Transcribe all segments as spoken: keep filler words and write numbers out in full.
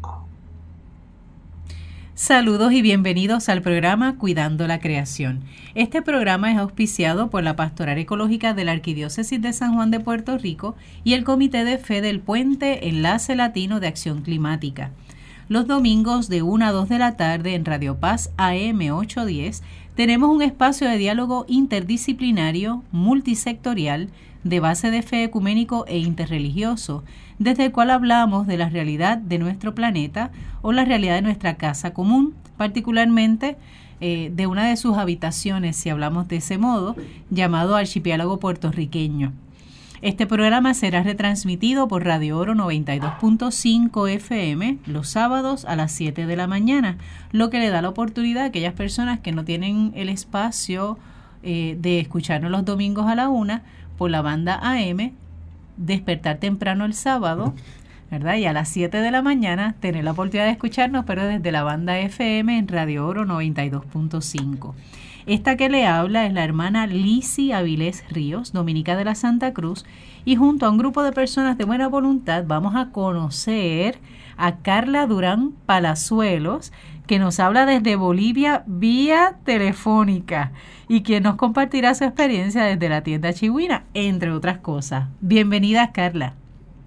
Rico. Saludos y bienvenidos al programa Cuidando la Creación. Este programa es auspiciado por la Pastoral Ecológica de la Arquidiócesis de San Juan de Puerto Rico y el Comité de Fe del Puente Enlace Latino de Acción Climática. Los domingos de una a dos de la tarde en Radio Paz A M ochocientos diez tenemos un espacio de diálogo interdisciplinario, multisectorial, de base de fe ecuménico e interreligioso, desde el cual hablamos de la realidad de nuestro planeta o la realidad de nuestra casa común, particularmente eh, de una de sus habitaciones, si hablamos de ese modo, llamado Archipiélago Puertorriqueño. Este programa será retransmitido por Radio Oro noventa y dos punto cinco F M los sábados a las siete de la mañana, lo que le da la oportunidad a aquellas personas que no tienen el espacio eh, de escucharnos los domingos a la una por la banda A M, despertar temprano el sábado, ¿verdad? Y a las siete de la mañana tener la oportunidad de escucharnos, pero desde la banda F M en Radio Oro noventa y dos punto cinco. Esta que le habla es la hermana Lizy Avilés Ríos, dominica de la Santa Cruz, y junto a un grupo de personas de buena voluntad vamos a conocer a Carla Durán Palazuelos, que nos habla desde Bolivia vía telefónica y quien nos compartirá su experiencia desde la tienda Chihuina, entre otras cosas. Bienvenida, Carla.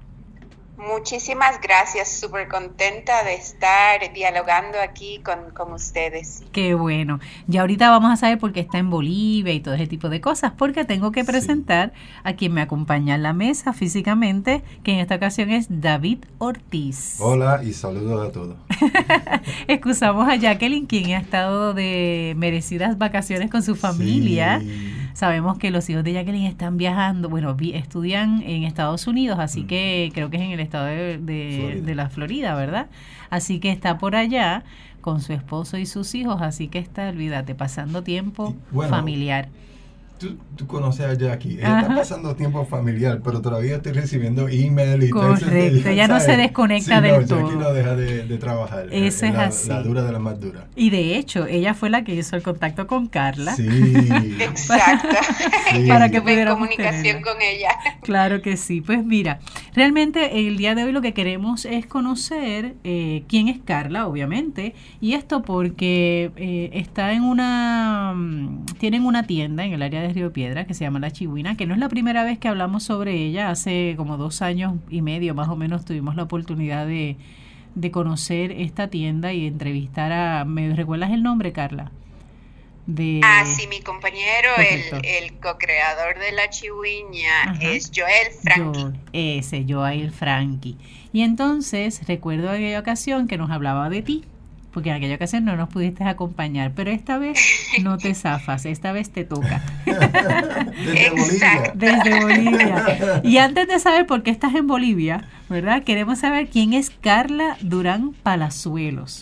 Muchísimas gracias, súper contenta de estar dialogando aquí con, con ustedes. Qué bueno. Ya ahorita vamos a saber por qué está en Bolivia y todo ese tipo de cosas, porque tengo que presentar sí. a quien me acompaña en la mesa físicamente, que en esta ocasión es David Ortiz. Hola y saludos a todos. Excusamos a Jacqueline, quien ha estado de merecidas vacaciones con su familia. Sí. Sabemos que los hijos de Jacqueline están viajando, bueno, vi, estudian en Estados Unidos, así mm. que creo que es en el estado de, de, de la Florida, ¿verdad? Así que está por allá con su esposo y sus hijos, así que está, olvídate, pasando tiempo bueno, familiar. Tú, tú conoces a Jackie, ella Ajá. está pasando tiempo familiar, pero todavía estoy recibiendo email y Correcto, todo eso, ella, ella no se desconecta sí, del no, todo. Jackie no deja de, de trabajar, eso es la, así. La dura de la más dura. Y de hecho, ella fue la que hizo el contacto con Carla. Sí. Exacto. Sí. Para que pudiera comunicación tenerla. Con ella. Claro que sí. Pues mira, realmente el día de hoy lo que queremos es conocer eh, quién es Carla, obviamente, y esto porque eh, está en una, tienen una tienda en el área de Río Piedra que se llama La Chihuina, que no es la primera vez que hablamos sobre ella. Hace como dos años y medio más o menos tuvimos la oportunidad de, de conocer esta tienda y entrevistar a, ¿me recuerdas el nombre, Carla? De... Ah, sí, mi compañero, el, el co-creador de La Chihuina, Ajá. es Joel Franqui. Yo, ese, Joel Franqui. Y entonces recuerdo aquella ocasión que nos hablaba de ti, porque en aquella ocasión no nos pudiste acompañar, pero esta vez no te zafas, esta vez te toca. Desde Bolivia. Desde Bolivia. Y antes de saber por qué estás en Bolivia, ¿verdad? Queremos saber quién es Carla Durán Palazuelos.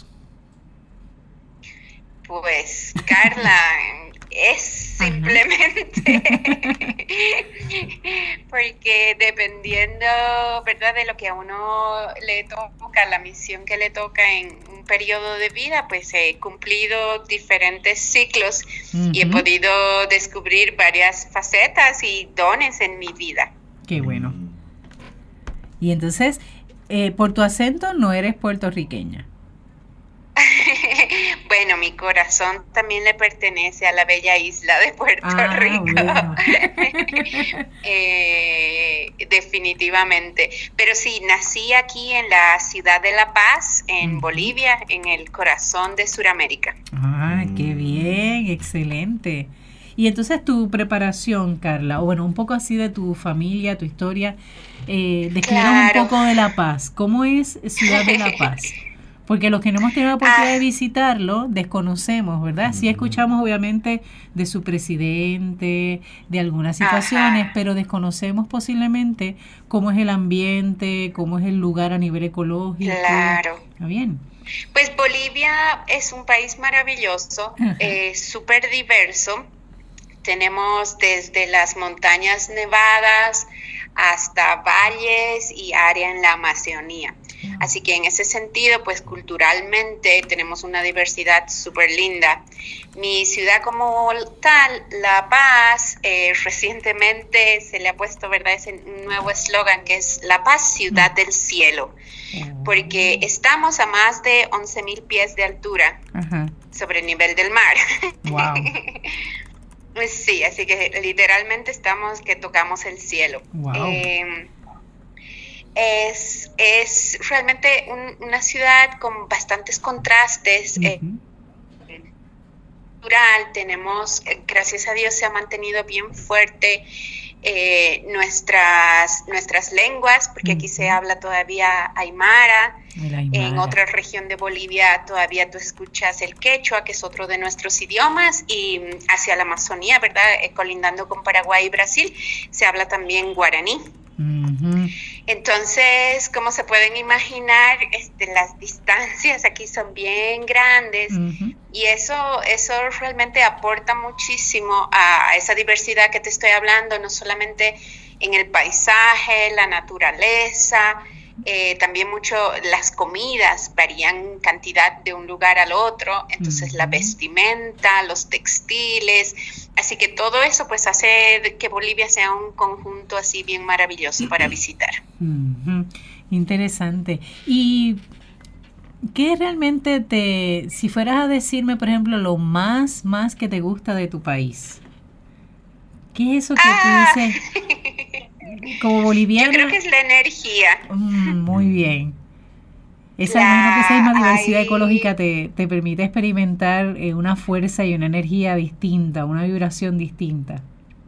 Pues Carla es simplemente porque dependiendo, ¿verdad?, de lo que a uno le toca, la misión que le toca en un periodo de vida, pues he cumplido diferentes ciclos uh-huh. y he podido descubrir varias facetas y dones en mi vida. Qué bueno. Y entonces, eh, por tu acento no eres puertorriqueña. Bueno, mi corazón también le pertenece a la bella isla de Puerto ah, Rico. Bueno. eh, definitivamente. Pero sí, nací aquí en la ciudad de La Paz, en uh-huh. Bolivia, en el corazón de Sudamérica. Ah, qué bien, excelente. Y entonces tu preparación, Carla, o bueno, un poco así de tu familia, tu historia, eh, describirnos claro. un poco de La Paz. ¿Cómo es Ciudad de La Paz? Porque los que no hemos tenido la oportunidad ah. de visitarlo, desconocemos, ¿verdad? Sí escuchamos obviamente de su presidente, de algunas situaciones, Ajá. pero desconocemos posiblemente cómo es el ambiente, cómo es el lugar a nivel ecológico. Claro. ¿Está bien? Pues Bolivia es un país maravilloso, eh, súper diverso. Tenemos desde las montañas nevadas hasta valles y área en la Amazonía. Así que en ese sentido, pues culturalmente tenemos una diversidad súper linda. Mi ciudad como tal, La Paz, eh, recientemente se le ha puesto, ¿verdad?, ese nuevo eslogan que es La Paz, ciudad del cielo, porque estamos a más de once mil pies de altura. Ajá. Sobre el nivel del mar. Wow. Sí, así que literalmente estamos que tocamos el cielo. Wow. Eh, es, es realmente un, una ciudad con bastantes contrastes. Uh-huh. eh, cultural, tenemos, gracias a Dios, se ha mantenido bien fuerte eh, nuestras, nuestras lenguas, porque uh-huh. aquí se habla todavía aymara. En otra región de Bolivia todavía tú escuchas el quechua, que es otro de nuestros idiomas, y hacia la Amazonía, ¿verdad?, eh, colindando con Paraguay y Brasil, se habla también guaraní. Uh-huh. Entonces, como se pueden imaginar, este, las distancias aquí son bien grandes, uh-huh. y eso, eso realmente aporta muchísimo a, a esa diversidad que te estoy hablando, no solamente en el paisaje, la naturaleza. Eh, también mucho las comidas varían cantidad de un lugar al otro, entonces uh-huh. la vestimenta, los textiles, así que todo eso pues hace que Bolivia sea un conjunto así bien maravilloso para visitar. Uh-huh. Interesante. ¿Y qué realmente te, si fueras a decirme, por ejemplo, lo más, más que te gusta de tu país? ¿Qué es eso que ah. tú dices? Como boliviana. Yo creo que es la energía. Mm, muy bien. Esa, imagino que esa misma diversidad hay... ecológica te, te permite experimentar eh, una fuerza y una energía distinta, una vibración distinta.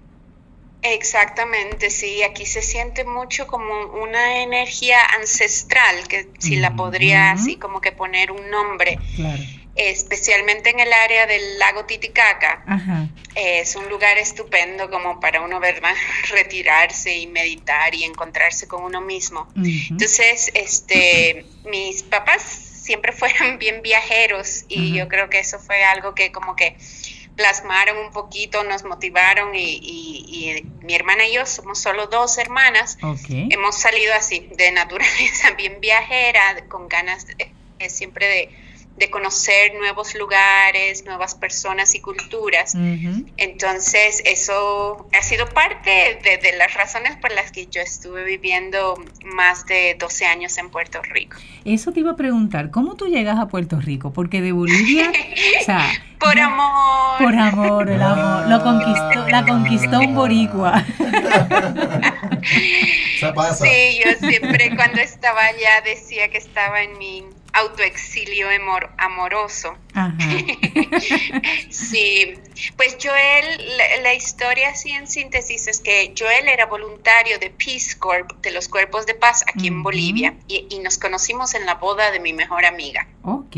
Exactamente, sí. Aquí se siente mucho como una energía ancestral, que si mm-hmm. la podría así como que poner un nombre. Claro. Especialmente en el área del lago Titicaca. Ajá. Eh, es un lugar estupendo como para uno, ¿verdad?, retirarse y meditar y encontrarse con uno mismo. Uh-huh. Entonces, este, mis papás siempre fueron bien viajeros y uh-huh. yo creo que eso fue algo que como que plasmaron un poquito, nos motivaron y, y, y mi hermana y yo somos solo dos hermanas. Okay. Hemos salido así, de naturaleza bien viajera, con ganas de, de, siempre de... de conocer nuevos lugares, nuevas personas y culturas. Uh-huh. Entonces, eso ha sido parte de, de las razones por las que yo estuve viviendo más de doce años en Puerto Rico. Eso te iba a preguntar, ¿cómo tú llegas a Puerto Rico? Porque de Bolivia, o sea... Por yo, amor. Por amor, el amor. Lo conquistó, la conquistó un boricua. Se pasa. Sí, yo siempre cuando estaba allá decía que estaba en mi autoexilio amor, amoroso. Ajá. Sí, pues Joel, la, la historia así en síntesis es que Joel era voluntario de Peace Corps, de los Cuerpos de Paz aquí uh-huh. en Bolivia, y, y nos conocimos en la boda de mi mejor amiga. Ok.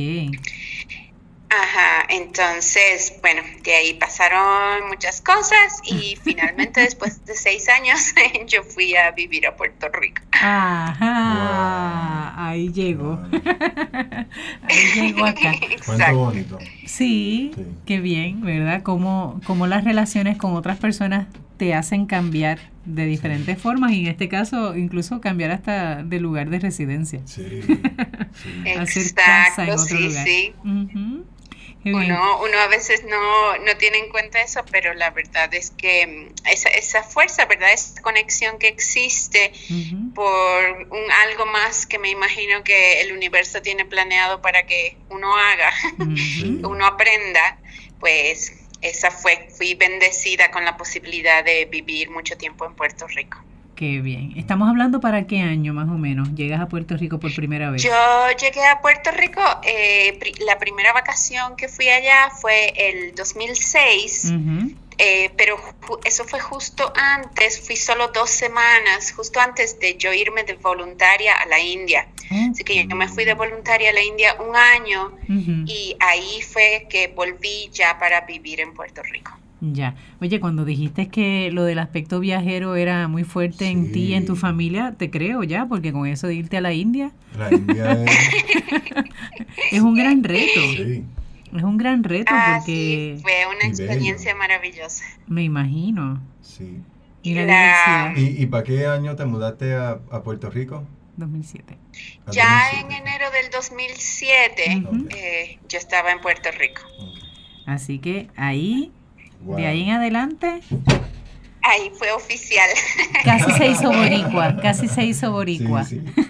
Ajá, entonces, bueno, de ahí pasaron muchas cosas y finalmente después de seis años yo fui a vivir a Puerto Rico. Ajá, wow. Ahí llego. Wow. Ahí llego acá. Cuánto bonito. Sí, sí, qué bien, ¿verdad? Cómo, cómo las relaciones con otras personas te hacen cambiar de diferentes sí. formas y en este caso incluso cambiar hasta de lugar de residencia. Sí, sí. Hacer Exacto, casa en otro sí, lugar. Sí. Uh-huh. Uno, uno a veces no, no tiene en cuenta eso, pero la verdad es que esa, esa fuerza, ¿verdad? Esa conexión que existe uh-huh. por un algo más que me imagino que el universo tiene planeado para que uno haga, uh-huh. uno aprenda, pues esa fue, fui bendecida con la posibilidad de vivir mucho tiempo en Puerto Rico. Qué bien. ¿Estamos hablando para qué año más o menos llegas a Puerto Rico por primera vez? Yo llegué a Puerto Rico, eh, pri- la primera vacación que fui allá fue el dos mil seis, uh-huh. eh, pero ju- eso fue justo antes, fui solo dos semanas, justo antes de yo irme de voluntaria a la India. Uh-huh. Así que yo me fui de voluntaria a la India un año uh-huh. y ahí fue que volví ya para vivir en Puerto Rico. Ya. Oye, cuando dijiste que lo del aspecto viajero era muy fuerte sí. en ti y en tu familia, te creo ya, porque con eso de irte a la India... La India es... es un gran reto. Sí. Es un gran reto ah, porque... Sí, fue una experiencia maravillosa. Me imagino. Sí. Y, la... ¿Y, ¿Y para qué año te mudaste a, a Puerto Rico? dos mil siete. Ya en enero del dos mil siete, Ujú. eh, yo estaba en Puerto Rico. Así que ahí, Wow. de ahí en adelante, Ahí fue oficial. casi se hizo boricua, casi se hizo boricua. Sí, sí.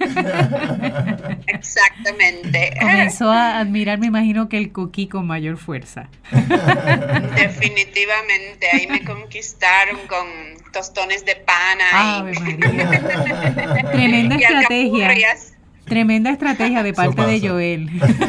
Exactamente. Comenzó a admirar, me imagino que el coquí con mayor fuerza. Definitivamente, ahí me conquistaron con tostones de pana Ave y, María. Tremenda y estrategia. alcapurrias. Tremenda estrategia de Eso parte de pasa. Joel.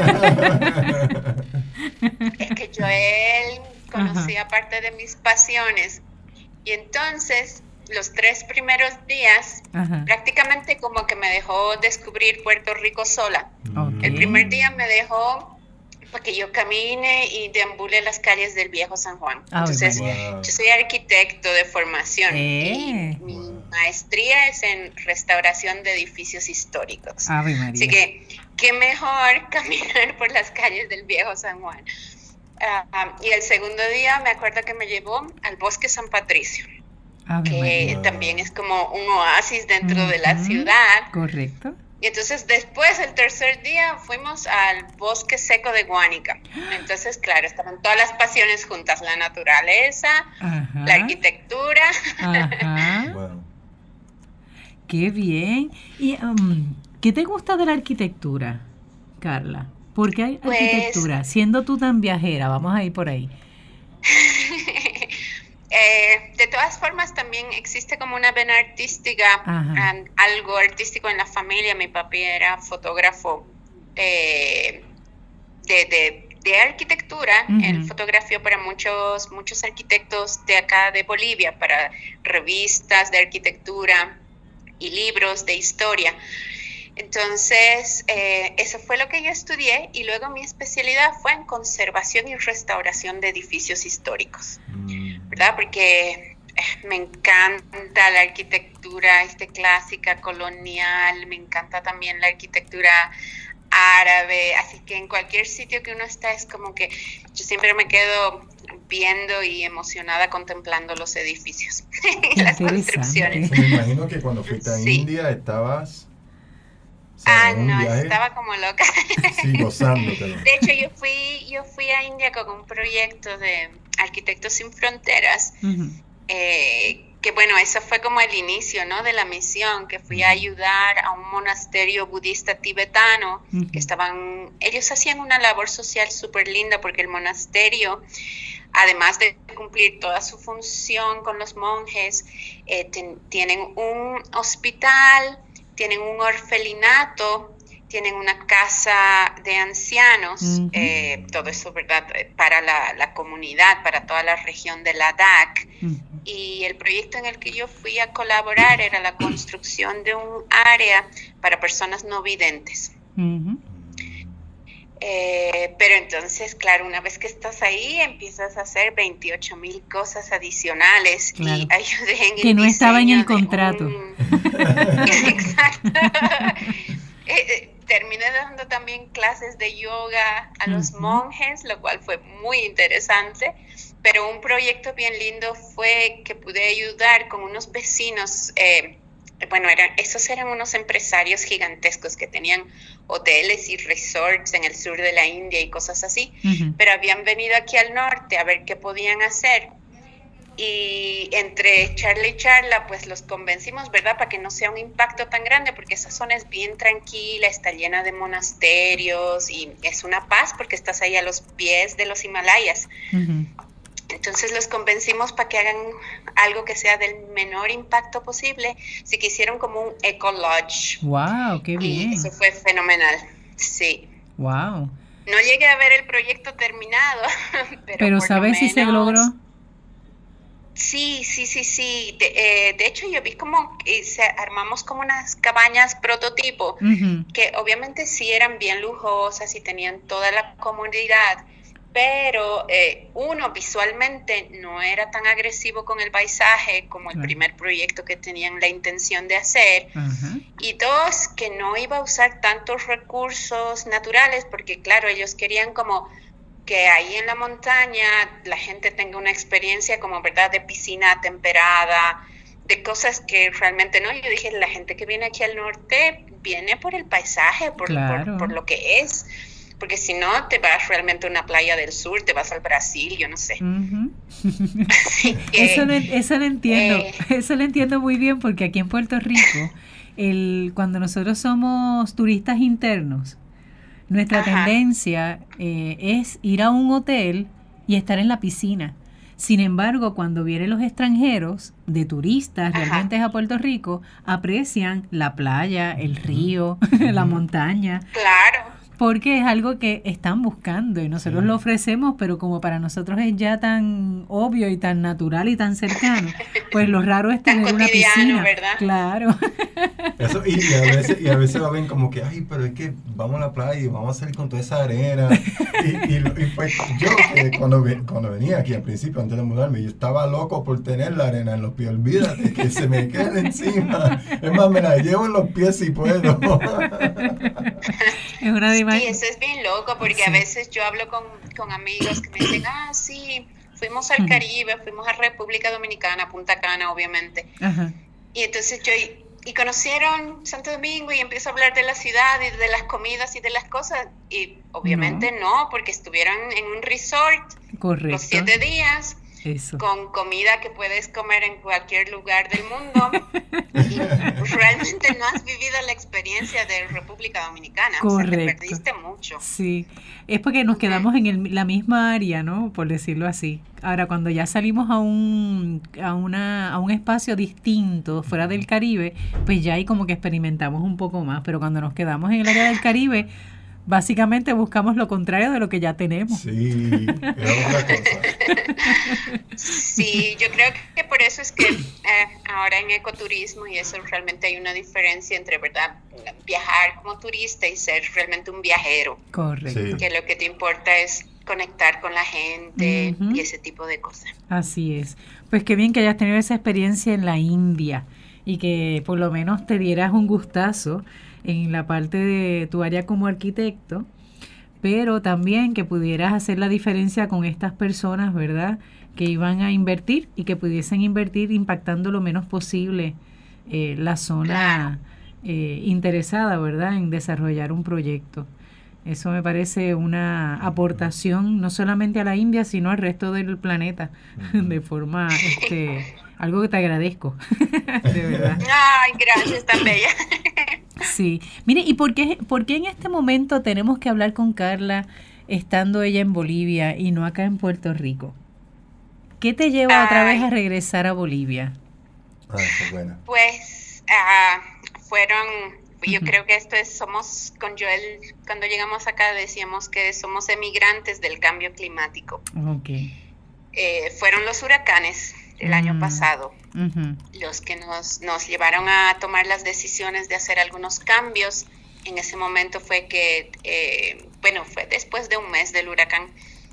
Es que Joel conocía parte de mis pasiones y entonces los tres primeros días Ajá. prácticamente como que me dejó descubrir Puerto Rico sola. Ok. El primer día me dejó para que yo camine y deambule las calles del viejo San Juan. Ave Entonces, María. Wow. yo soy arquitecto de formación Eh. y mi maestría es en restauración de edificios históricos. Ave María. Así que, qué mejor caminar por las calles del viejo San Juan. Ah, ah, y el segundo día me acuerdo que me llevó al Bosque San Patricio, Ave que María. también es como un oasis dentro de la Ujú. ciudad. Correcto. Y entonces después, el tercer día, fuimos al Bosque Seco de Guánica. Entonces, claro, estaban todas las pasiones juntas, la naturaleza, Ajá. la arquitectura. Ajá. Wow. Qué bien. ¿Y um, qué te gusta de la arquitectura, Carla? ¿Por qué hay Pues- arquitectura? Siendo tú tan viajera, vamos a ir por ahí. Eh, de todas formas, también existe como una vena artística, Ajá. um, algo artístico en la familia. Mi papi era fotógrafo eh, de, de, de arquitectura. Ujú. Él fotografió para muchos, muchos arquitectos de acá de Bolivia, para revistas de arquitectura y libros de historia. Entonces, eh, eso fue lo que yo estudié y luego mi especialidad fue en conservación y restauración de edificios históricos, Mm. ¿verdad? Porque eh, me encanta la arquitectura este, clásica, colonial, me encanta también la arquitectura árabe, así que en cualquier sitio que uno está es como que yo siempre me quedo viendo y emocionada contemplando los edificios y las Interesante. construcciones. Me imagino que cuando fuiste a Sí. India estabas, o sea, Ah, en un no, viaje, estaba como loca. sí, gozándotelo. De hecho, yo fui, yo fui a India con un proyecto de Arquitectos Sin Fronteras, Ujú. eh, que bueno, eso fue como el inicio, ¿no?, de la misión, que fui a ayudar a un monasterio budista tibetano, Ujú. que estaban, ellos hacían una labor social súper linda, porque el monasterio, además de cumplir toda su función con los monjes, eh, ten- tienen un hospital, tienen un orfelinato, tienen una casa de ancianos, Ujú. eh, todo eso, ¿verdad?, eh, para la, la comunidad, para toda la región de Ladakh. Ujú. Y el proyecto en el que yo fui a colaborar era la construcción de un área para personas no videntes. Ujú. Eh, pero entonces, claro, una vez que estás ahí, empiezas a hacer veintiocho mil cosas adicionales. Claro. Y ayudé en Que el no estaba en el diseño de contrato. un- Exacto. Eh, eh, terminé dando también clases de yoga a los Ujú. monjes, lo cual fue muy interesante. Pero un proyecto bien lindo fue que pude ayudar con unos vecinos. Eh, bueno, eran, esos eran unos empresarios gigantescos que tenían hoteles y resorts en el sur de la India y cosas así, Ujú. pero habían venido aquí al norte a ver qué podían hacer. Y entre charla y charla, pues los convencimos, ¿verdad?, para que no sea un impacto tan grande, porque esa zona es bien tranquila, está llena de monasterios y es una paz porque estás ahí a los pies de los Himalayas. Ujú. Entonces los convencimos para que hagan algo que sea del menor impacto posible, así que hicieron como un eco lodge. Wow, qué Y bien. eso fue fenomenal, sí. Wow. No llegué a ver el proyecto terminado, pero, Pero por lo ¿sabes si se menos- logró? Sí, sí, sí, sí. De, eh, de hecho, yo vi como que se armamos como unas cabañas prototipo, Ujú. que obviamente sí eran bien lujosas y tenían toda la comodidad, pero eh, uno, visualmente no era tan agresivo con el paisaje como el Claro. primer proyecto que tenían la intención de hacer. Ajá. Y dos, que no iba a usar tantos recursos naturales, porque claro, ellos querían como que ahí en la montaña la gente tenga una experiencia como, ¿verdad?, de piscina temperada, de cosas que realmente no. Yo dije, la gente que viene aquí al norte viene por el paisaje, por, claro. por, por lo que es. Porque si no, te vas realmente a una playa del sur, te vas al Brasil, yo no sé. Uh-huh. Así que, eso, lo, eso lo entiendo, eh, eso lo entiendo muy bien, porque aquí en Puerto Rico, el, cuando nosotros somos turistas internos, nuestra ajá. tendencia eh, es ir a un hotel y estar en la piscina. Sin embargo, cuando vienen los extranjeros de turistas realmente a Puerto Rico, aprecian la playa, el río, la montaña. Claro. Porque es algo que están buscando y nosotros sí. lo ofrecemos, pero como para nosotros es ya tan obvio y tan natural y tan cercano, pues lo raro es tener una piscina. ¿Verdad? Claro. Eso, y, y, a veces, y a veces lo ven como que, ay, pero es que vamos a la playa y vamos a salir con toda esa arena. Y, y, y pues yo, que cuando, cuando venía aquí al principio, antes de mudarme, yo estaba loco por tener la arena en los pies. Olvídate que se me quede encima. Es más, me la llevo en los pies si puedo. Es una dimensión. Sí, eso es bien loco, porque sí. a veces yo hablo con, con amigos que me dicen, ah, sí, fuimos al Caribe, fuimos a República Dominicana, Punta Cana, obviamente. Ajá. Y entonces yo, y conocieron Santo Domingo y empiezo a hablar de la ciudad y de las comidas y de las cosas. Y obviamente no, no porque estuvieron en un resort. Correcto. Los siete días. Eso. Con comida que puedes comer en cualquier lugar del mundo. Y realmente no has vivido la experiencia de República Dominicana. Correcto. O sea, te perdiste mucho. Sí, es porque nos quedamos en el, la misma área, ¿no? Por decirlo así. Ahora, cuando ya salimos a un a una a un espacio distinto, fuera del Caribe, pues ya ahí como que experimentamos un poco más. Pero cuando nos quedamos en el área del Caribe, básicamente buscamos lo contrario de lo que ya tenemos. Sí, es otra cosa. Sí, yo creo que por eso es que eh, ahora en ecoturismo y eso realmente hay una diferencia entre, ¿verdad?, viajar como turista y ser realmente un viajero. Correcto. Sí. Que lo que te importa es conectar con la gente uh-huh. y ese tipo de cosas. Así es. Pues qué bien que hayas tenido esa experiencia en la India y que por lo menos te dieras un gustazo en la parte de tu área como arquitecto, pero también que pudieras hacer la diferencia con estas personas, ¿verdad?, que iban a invertir y que pudiesen invertir impactando lo menos posible eh, la zona claro. eh, interesada, ¿verdad?, en desarrollar un proyecto. Eso me parece una aportación no solamente a la India, sino al resto del planeta, uh-huh. de forma, este, algo que te agradezco, de verdad. Ay, gracias, tan bella. Sí, mire, ¿y por qué, por qué en este momento tenemos que hablar con Carla estando ella en Bolivia y no acá en Puerto Rico? ¿Qué te lleva Ay. otra vez a regresar a Bolivia? Ah, qué buena. Pues uh, fueron, yo uh-huh. creo que esto es, somos, con Joel, cuando llegamos acá decíamos que somos emigrantes del cambio climático. Okay. Eh, fueron los huracanes el uh-huh. año pasado. Uh-huh. Los que nos, nos llevaron a tomar las decisiones de hacer algunos cambios. En ese momento fue que, eh, bueno, fue después de un mes del huracán,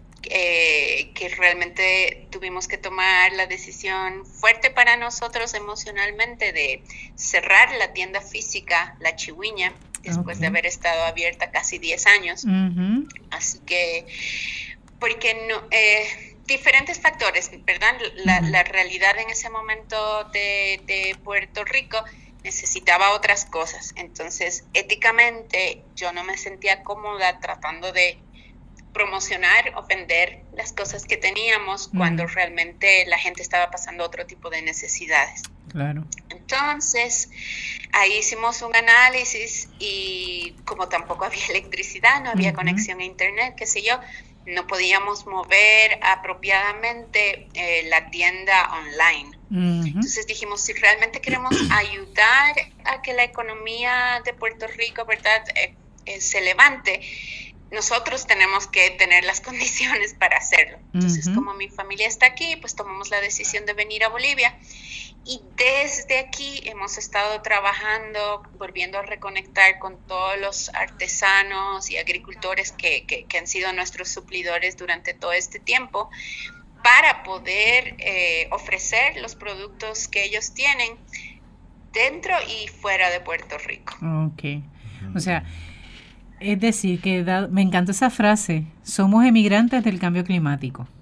eh, que realmente tuvimos que tomar la decisión fuerte para nosotros emocionalmente de cerrar la tienda física, La Chigüiña, después okay. de haber estado abierta casi diez años. Uh-huh. Así que, porque no... Eh, diferentes factores, ¿verdad? La, uh-huh. la realidad en ese momento de, de Puerto Rico necesitaba otras cosas. Entonces, éticamente, yo no me sentía cómoda tratando de promocionar o vender las cosas que teníamos uh-huh. cuando realmente la gente estaba pasando otro tipo de necesidades. Claro. Entonces, ahí hicimos un análisis y como tampoco había electricidad, no había uh-huh. conexión a internet, qué sé yo, no podíamos mover apropiadamente eh, la tienda online. Uh-huh. Entonces dijimos, si realmente queremos ayudar a que la economía de Puerto Rico, ¿verdad?, eh, eh, se levante, nosotros tenemos que tener las condiciones para hacerlo. Entonces, uh-huh. como mi familia está aquí, pues tomamos la decisión de venir a Bolivia. Y desde aquí hemos estado trabajando, volviendo a reconectar con todos los artesanos y agricultores que, que, que han sido nuestros suplidores durante todo este tiempo, para poder eh, ofrecer los productos que ellos tienen dentro y fuera de Puerto Rico. Ok, o sea, es decir, que da, me encanta esa frase, somos emigrantes del cambio climático.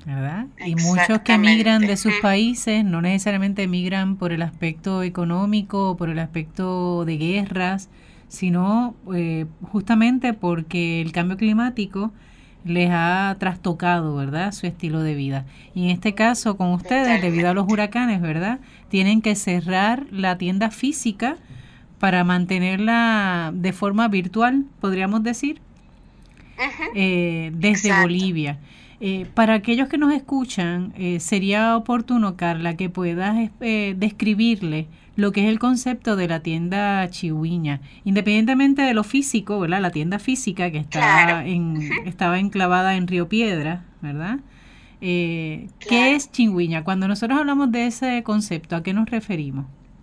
¿verdad? Y muchos que emigran de sus países no necesariamente emigran por el aspecto económico o por el aspecto de guerras, sino eh, justamente porque el cambio climático les ha trastocado, ¿verdad?, su estilo de vida. Y en este caso, con ustedes, debido a los huracanes, ¿verdad?, tienen que cerrar la tienda física para mantenerla de forma virtual, podríamos decir, uh-huh. eh, desde Exacto. Bolivia. Eh, para aquellos que nos escuchan, eh, sería oportuno, Carla, que puedas eh, describirle lo que es el concepto de la tienda Chihuiña, independientemente de lo físico, ¿verdad? La tienda física que estaba, claro. en, uh-huh. estaba enclavada en Río Piedra, ¿verdad? Eh, claro. ¿Qué es Chihuiña? Cuando nosotros hablamos de ese concepto, ¿a qué nos referimos?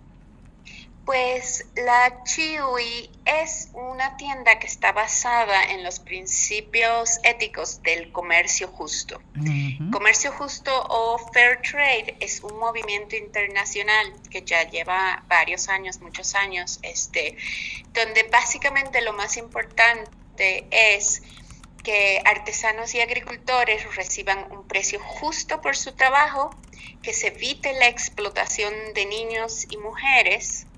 Pues la Chihui es una tienda que está basada en los principios éticos del comercio justo. Uh-huh. Comercio justo o Fair Trade es un movimiento internacional que ya lleva varios años, muchos años, este, donde básicamente lo más importante es que artesanos y agricultores reciban un precio justo por su trabajo, que se evite la explotación de niños y mujeres,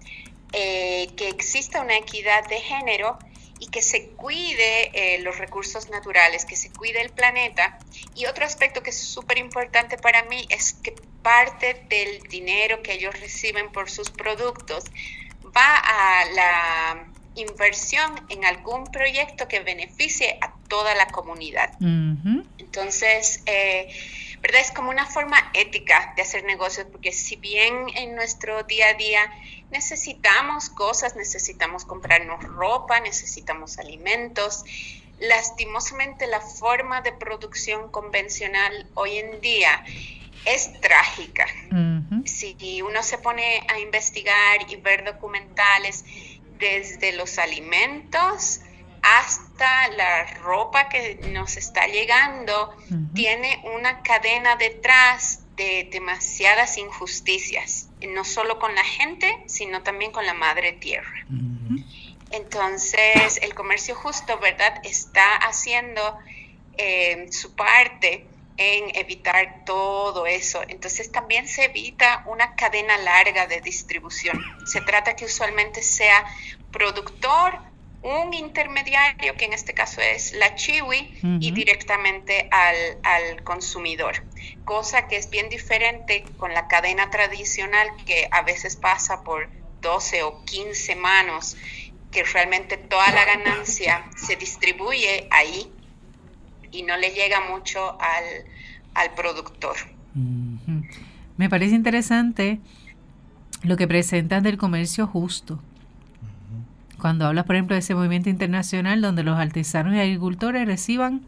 Eh, que exista una equidad de género y que se cuide eh, los recursos naturales, que se cuide el planeta. Y otro aspecto que es súper importante para mí es que parte del dinero que ellos reciben por sus productos va a la inversión en algún proyecto que beneficie a toda la comunidad. Uh-huh. Entonces, eh, ¿verdad? Es como una forma ética de hacer negocios, porque si bien en nuestro día a día necesitamos cosas, necesitamos comprarnos ropa, necesitamos alimentos, lastimosamente la forma de producción convencional hoy en día es trágica. Uh-huh. Si uno se pone a investigar y ver documentales desde los alimentos hasta la ropa que nos está llegando, uh-huh. tiene una cadena detrás de demasiadas injusticias, no solo con la gente, sino también con la madre tierra. Uh-huh. Entonces, el comercio justo, ¿verdad?, está haciendo eh, su parte en evitar todo eso. Entonces, también se evita una cadena larga de distribución. Se trata que usualmente sea productor, un intermediario, que en este caso es la Chihui, uh-huh. y directamente al, al consumidor, cosa que es bien diferente con la cadena tradicional, que a veces pasa por doce o quince manos, que realmente toda la ganancia se distribuye ahí y no le llega mucho al, al productor. Uh-huh. Me parece interesante lo que presentas del comercio justo. Cuando hablas, por ejemplo, de ese movimiento internacional donde los artesanos y agricultores reciban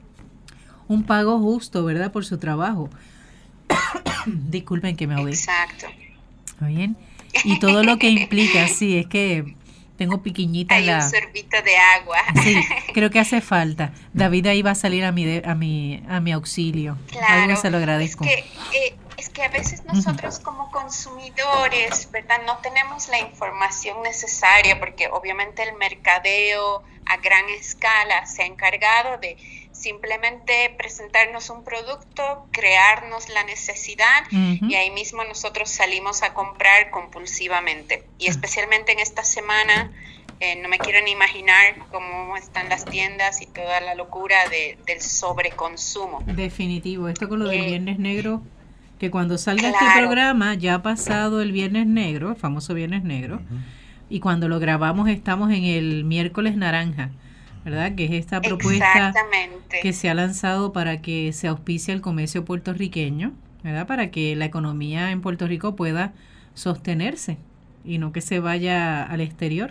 un pago justo, ¿verdad?, por su trabajo. Disculpen que me ahogué. Exacto. ¿Está bien? Y todo lo que implica, sí, es que tengo piquiñita en la... Hay un sorbito de agua. Sí, creo que hace falta. David ahí va a salir a mi, de, a mi, a mi auxilio. Claro. Algo se lo agradezco. Es que... Eh, Es que a veces nosotros como consumidores, ¿verdad?, no tenemos la información necesaria, porque obviamente el mercadeo a gran escala se ha encargado de simplemente presentarnos un producto, crearnos la necesidad, uh-huh. y ahí mismo nosotros salimos a comprar compulsivamente. Y especialmente en esta semana, eh, no me quiero ni imaginar cómo están las tiendas y toda la locura de, del sobreconsumo. Definitivo, esto con lo del eh, Viernes Negro, que cuando salga claro. este programa ya ha pasado el Viernes Negro, el famoso Viernes Negro, uh-huh. y cuando lo grabamos estamos en el Miércoles Naranja, ¿verdad? Que es esta propuesta que se ha lanzado para que se auspicie el comercio puertorriqueño, ¿verdad? Para que la economía en Puerto Rico pueda sostenerse y no que se vaya al exterior.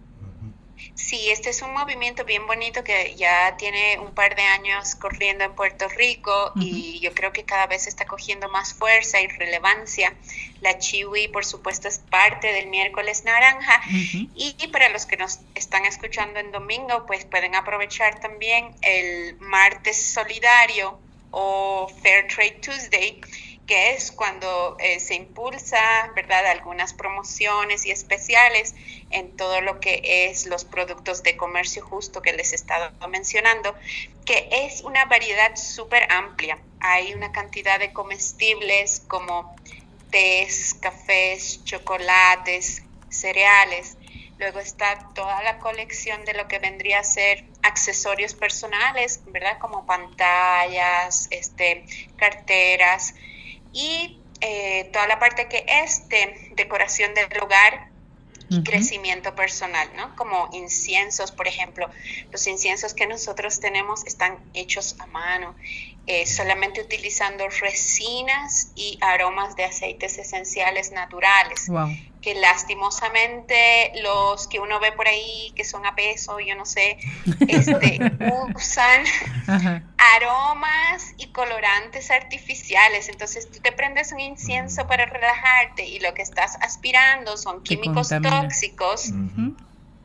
Sí, este es un movimiento bien bonito que ya tiene un par de años corriendo en Puerto Rico, uh-huh. y yo creo que cada vez está cogiendo más fuerza y relevancia. La Chihui, por supuesto, es parte del Miércoles Naranja, uh-huh. y, y para los que nos están escuchando en domingo, pues pueden aprovechar también el Martes Solidario o Fair Trade Tuesday, que es cuando eh, se impulsa, ¿verdad?, algunas promociones y especiales en todo lo que es los productos de comercio justo que les he estado mencionando, que es una variedad súper amplia. Hay una cantidad de comestibles como tés, cafés, chocolates, cereales. Luego está toda la colección de lo que vendría a ser accesorios personales, ¿verdad?, como pantallas, este, carteras, y eh, toda la parte que es de decoración del hogar y uh-huh. crecimiento personal, ¿no? Como inciensos, por ejemplo. Los inciensos que nosotros tenemos están hechos a mano, eh, solamente utilizando resinas y aromas de aceites esenciales naturales. Wow. Que lastimosamente los que uno ve por ahí, que son a peso, yo no sé, este, usan uh-huh. aromas y colorantes artificiales. Entonces tú te prendes un incienso para relajarte y lo que estás aspirando son químicos tóxicos, uh-huh.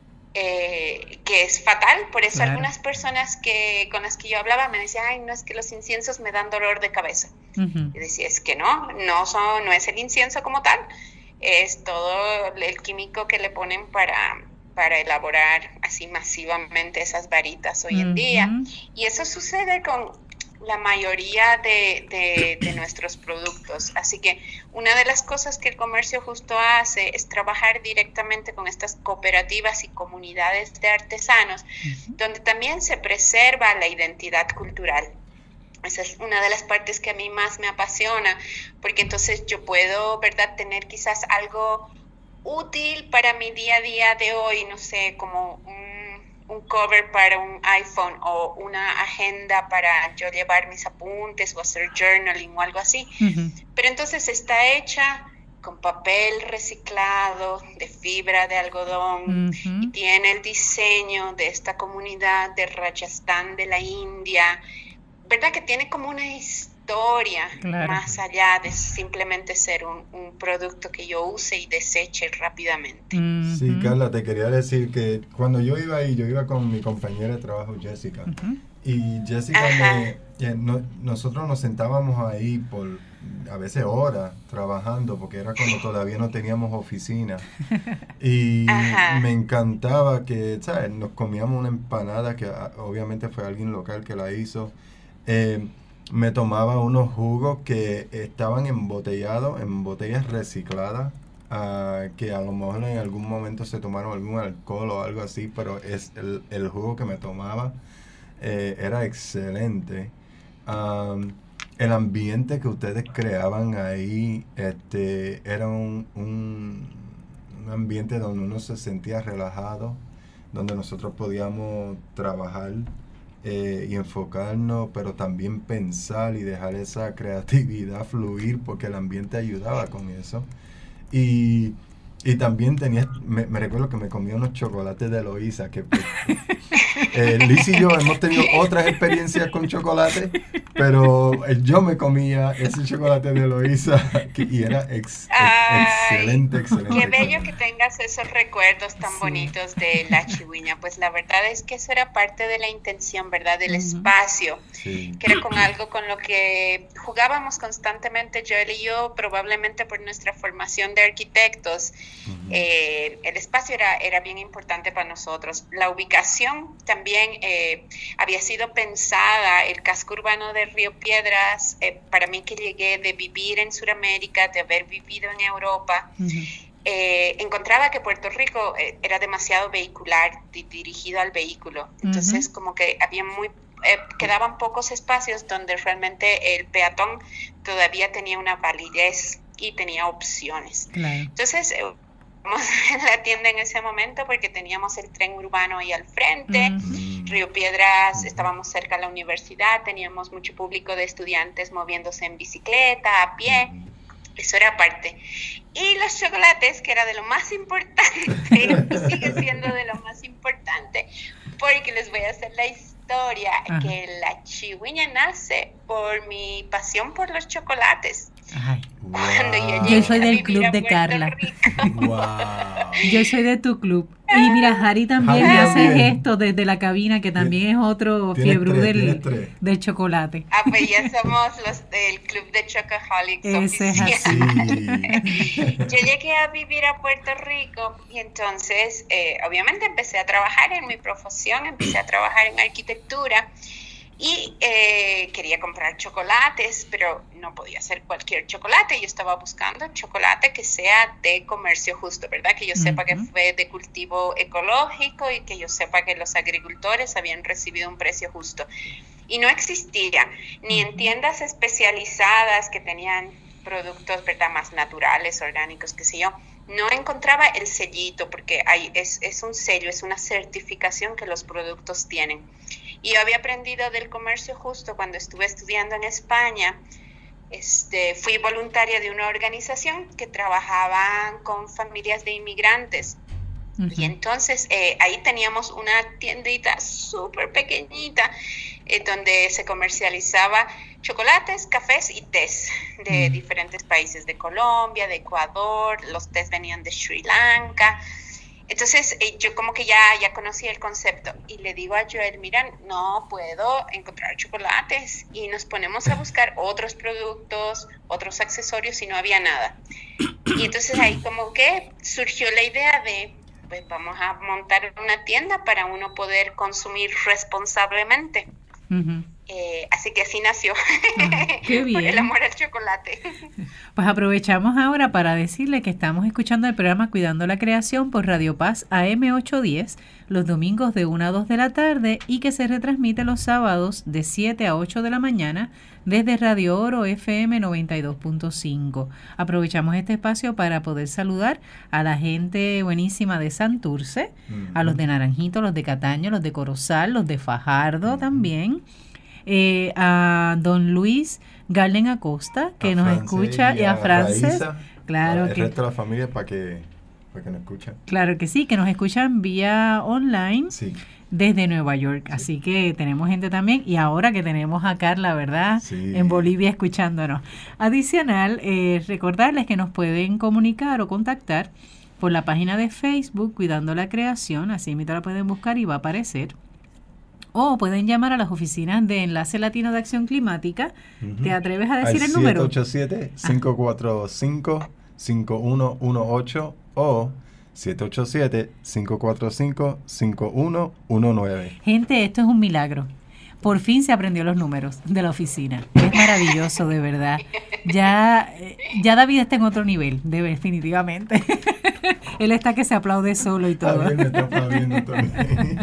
eh, que es fatal. Por eso claro. algunas personas que con las que yo hablaba me decían, ay, no, es que los inciensos me dan dolor de cabeza. Uh-huh. Y decía, es que no, no, son, no es el incienso como tal, es todo el químico que le ponen para, para elaborar así masivamente esas varitas hoy uh-huh. en día. Y eso sucede con la mayoría de, de, de nuestros productos. Así que una de las cosas que el comercio justo hace es trabajar directamente con estas cooperativas y comunidades de artesanos, uh-huh. donde también se preserva la identidad cultural. Esa es una de las partes que a mí más me apasiona, porque entonces yo puedo, ¿verdad?, tener quizás algo útil para mi día a día de hoy, no sé, como un, un cover para un iPhone o una agenda para yo llevar mis apuntes o hacer journaling o algo así. Uh-huh. Pero entonces está hecha con papel reciclado, de fibra de algodón, uh-huh. y tiene el diseño de esta comunidad de Rajasthan de la India, ¿verdad? Que tiene como una historia claro. más allá de simplemente ser un, un producto que yo use y deseche rápidamente. Uh-huh. Sí, Carla, te quería decir que cuando yo iba ahí, yo iba con mi compañera de trabajo, Jessica, uh-huh. y Jessica, me, eh, no, nosotros nos sentábamos ahí por a veces horas trabajando, porque era cuando todavía no teníamos oficina, y Ajá. me encantaba que, ¿sabes?, nos comíamos una empanada que obviamente fue alguien local que la hizo. Eh, me tomaba unos jugos que estaban embotellados en botellas recicladas, uh, que a lo mejor en algún momento se tomaron algún alcohol o algo así, pero es el, el jugo que me tomaba eh, era excelente. Um, el ambiente que ustedes creaban ahí este, era un, un, un ambiente donde uno se sentía relajado, donde nosotros podíamos trabajar Eh, y enfocarnos, pero también pensar y dejar esa creatividad fluir, porque el ambiente ayudaba con eso. Y, y también tenía, me, me recuerdo que me comía unos chocolates de Eloísa, que pues, eh, Liz y yo hemos tenido otras experiencias con chocolate, pero yo me comía ese chocolate de Eloísa y era ex, ex, Ay, excelente, excelente. Qué bello excelente. que tengas esos recuerdos tan sí. bonitos de la chihuiña. Pues la verdad es que eso era parte de la intención, ¿verdad? Del uh-huh. espacio, sí. que era con algo con lo que jugábamos constantemente Joel y yo, probablemente por nuestra formación de arquitectos. Uh-huh. Eh, el espacio era, era bien importante para nosotros. La ubicación también eh, había sido pensada, el casco urbano de Río Piedras, eh, para mí que llegué de vivir en Sudamérica, de haber vivido en Europa, uh-huh. eh, encontraba que Puerto Rico eh, era demasiado vehicular, di- dirigido al vehículo. Entonces uh-huh. como que había muy eh, quedaban pocos espacios donde realmente el peatón todavía tenía una validez y tenía opciones. Claro. Entonces eh, en la tienda en ese momento porque teníamos el tren urbano ahí al frente, uh-huh. Río Piedras, estábamos cerca de la universidad, teníamos mucho público de estudiantes moviéndose en bicicleta, a pie, uh-huh. eso era parte. Y los chocolates, que era de lo más importante, y sigue siendo de lo más importante, porque les voy a hacer la historia, uh-huh. que la chihuiña nace por mi pasión por los chocolates. Ajá. Wow. Cuando yo Yo llegué soy a del vivir club a de Puerto Carla. Rico. Wow. Yo soy de tu club. Y mira, Harry también Harry me hace también. gestos desde la cabina, que también es otro Tienes fiebre tres, del, tienes tres. del chocolate. Ah, pues ya somos los del club de Chocoholics Ese es oficial. así. Sí. Yo llegué a vivir a Puerto Rico y entonces eh, obviamente empecé a trabajar en mi profesión, empecé a trabajar en arquitectura y eh, quería comprar chocolates, pero no podía ser cualquier chocolate. Yo estaba buscando chocolate que sea de comercio justo, ¿verdad? Que yo sepa que Ujú. fue de cultivo ecológico y que yo sepa que los agricultores habían recibido un precio justo. Y no existía, ni en tiendas especializadas que tenían productos, ¿verdad?, más naturales, orgánicos, qué sé yo. No encontraba el sellito, porque hay, es, es un sello, es una certificación que los productos tienen. Y yo había aprendido del comercio justo cuando estuve estudiando en España. Este, fui voluntaria de una organización que trabajaba con familias de inmigrantes. Ujú. Y entonces eh, ahí teníamos una tiendita súper pequeñita eh, donde se comercializaba chocolates, cafés y tés de Mm. diferentes países, de Colombia, de Ecuador, los tés venían de Sri Lanka. Entonces eh, yo como que ya, ya conocía el concepto y le digo a Joel, mira, no puedo encontrar chocolates, y nos ponemos a buscar otros productos, otros accesorios y no había nada. Y entonces ahí como que surgió la idea de, pues vamos a montar una tienda para uno poder consumir responsablemente. Ujú. Eh, así que así nació. Ah, qué Por el bien. amor al chocolate. Pues aprovechamos ahora para decirle que estamos escuchando el programa Cuidando la Creación por Radio Paz A M ochocientos diez los domingos de una a dos de la tarde y que se retransmite los sábados de siete a ocho de la mañana desde Radio Oro F M noventa y dos punto cinco. Aprovechamos este espacio para poder saludar a la gente buenísima de Santurce, a los de Naranjito, los de Cataño, los de Corozal, los de Fajardo también. Eh, a don Luis Garden Acosta, que A nos Frances escucha, y a Frances, Raíza, claro el que, resto de la familia para que, para que nos escuchen. claro que sí, que nos escuchan vía online Sí, desde Nueva York, Sí. así que tenemos gente también, y ahora que tenemos a Carla, ¿verdad?, Sí. en Bolivia escuchándonos. Adicional, eh, recordarles que nos pueden comunicar o contactar por la página de Facebook Cuidando la Creación, así mismo la pueden buscar y va a aparecer. O pueden llamar a las oficinas de Enlace Latino de Acción Climática. Ujú. ¿Te atreves a decir Al el número? siete ocho siete, cinco cuatro cinco, cinco uno uno ocho o siete ocho siete, cinco cuatro cinco, cinco uno uno nueve. Gente, esto es un milagro. Por fin se aprendió los números de la oficina. Es maravilloso, de verdad. Ya, eh, ya David está en otro nivel, de- definitivamente. Él está que se aplaude solo y todo. A ver, me está aplaudiendo también.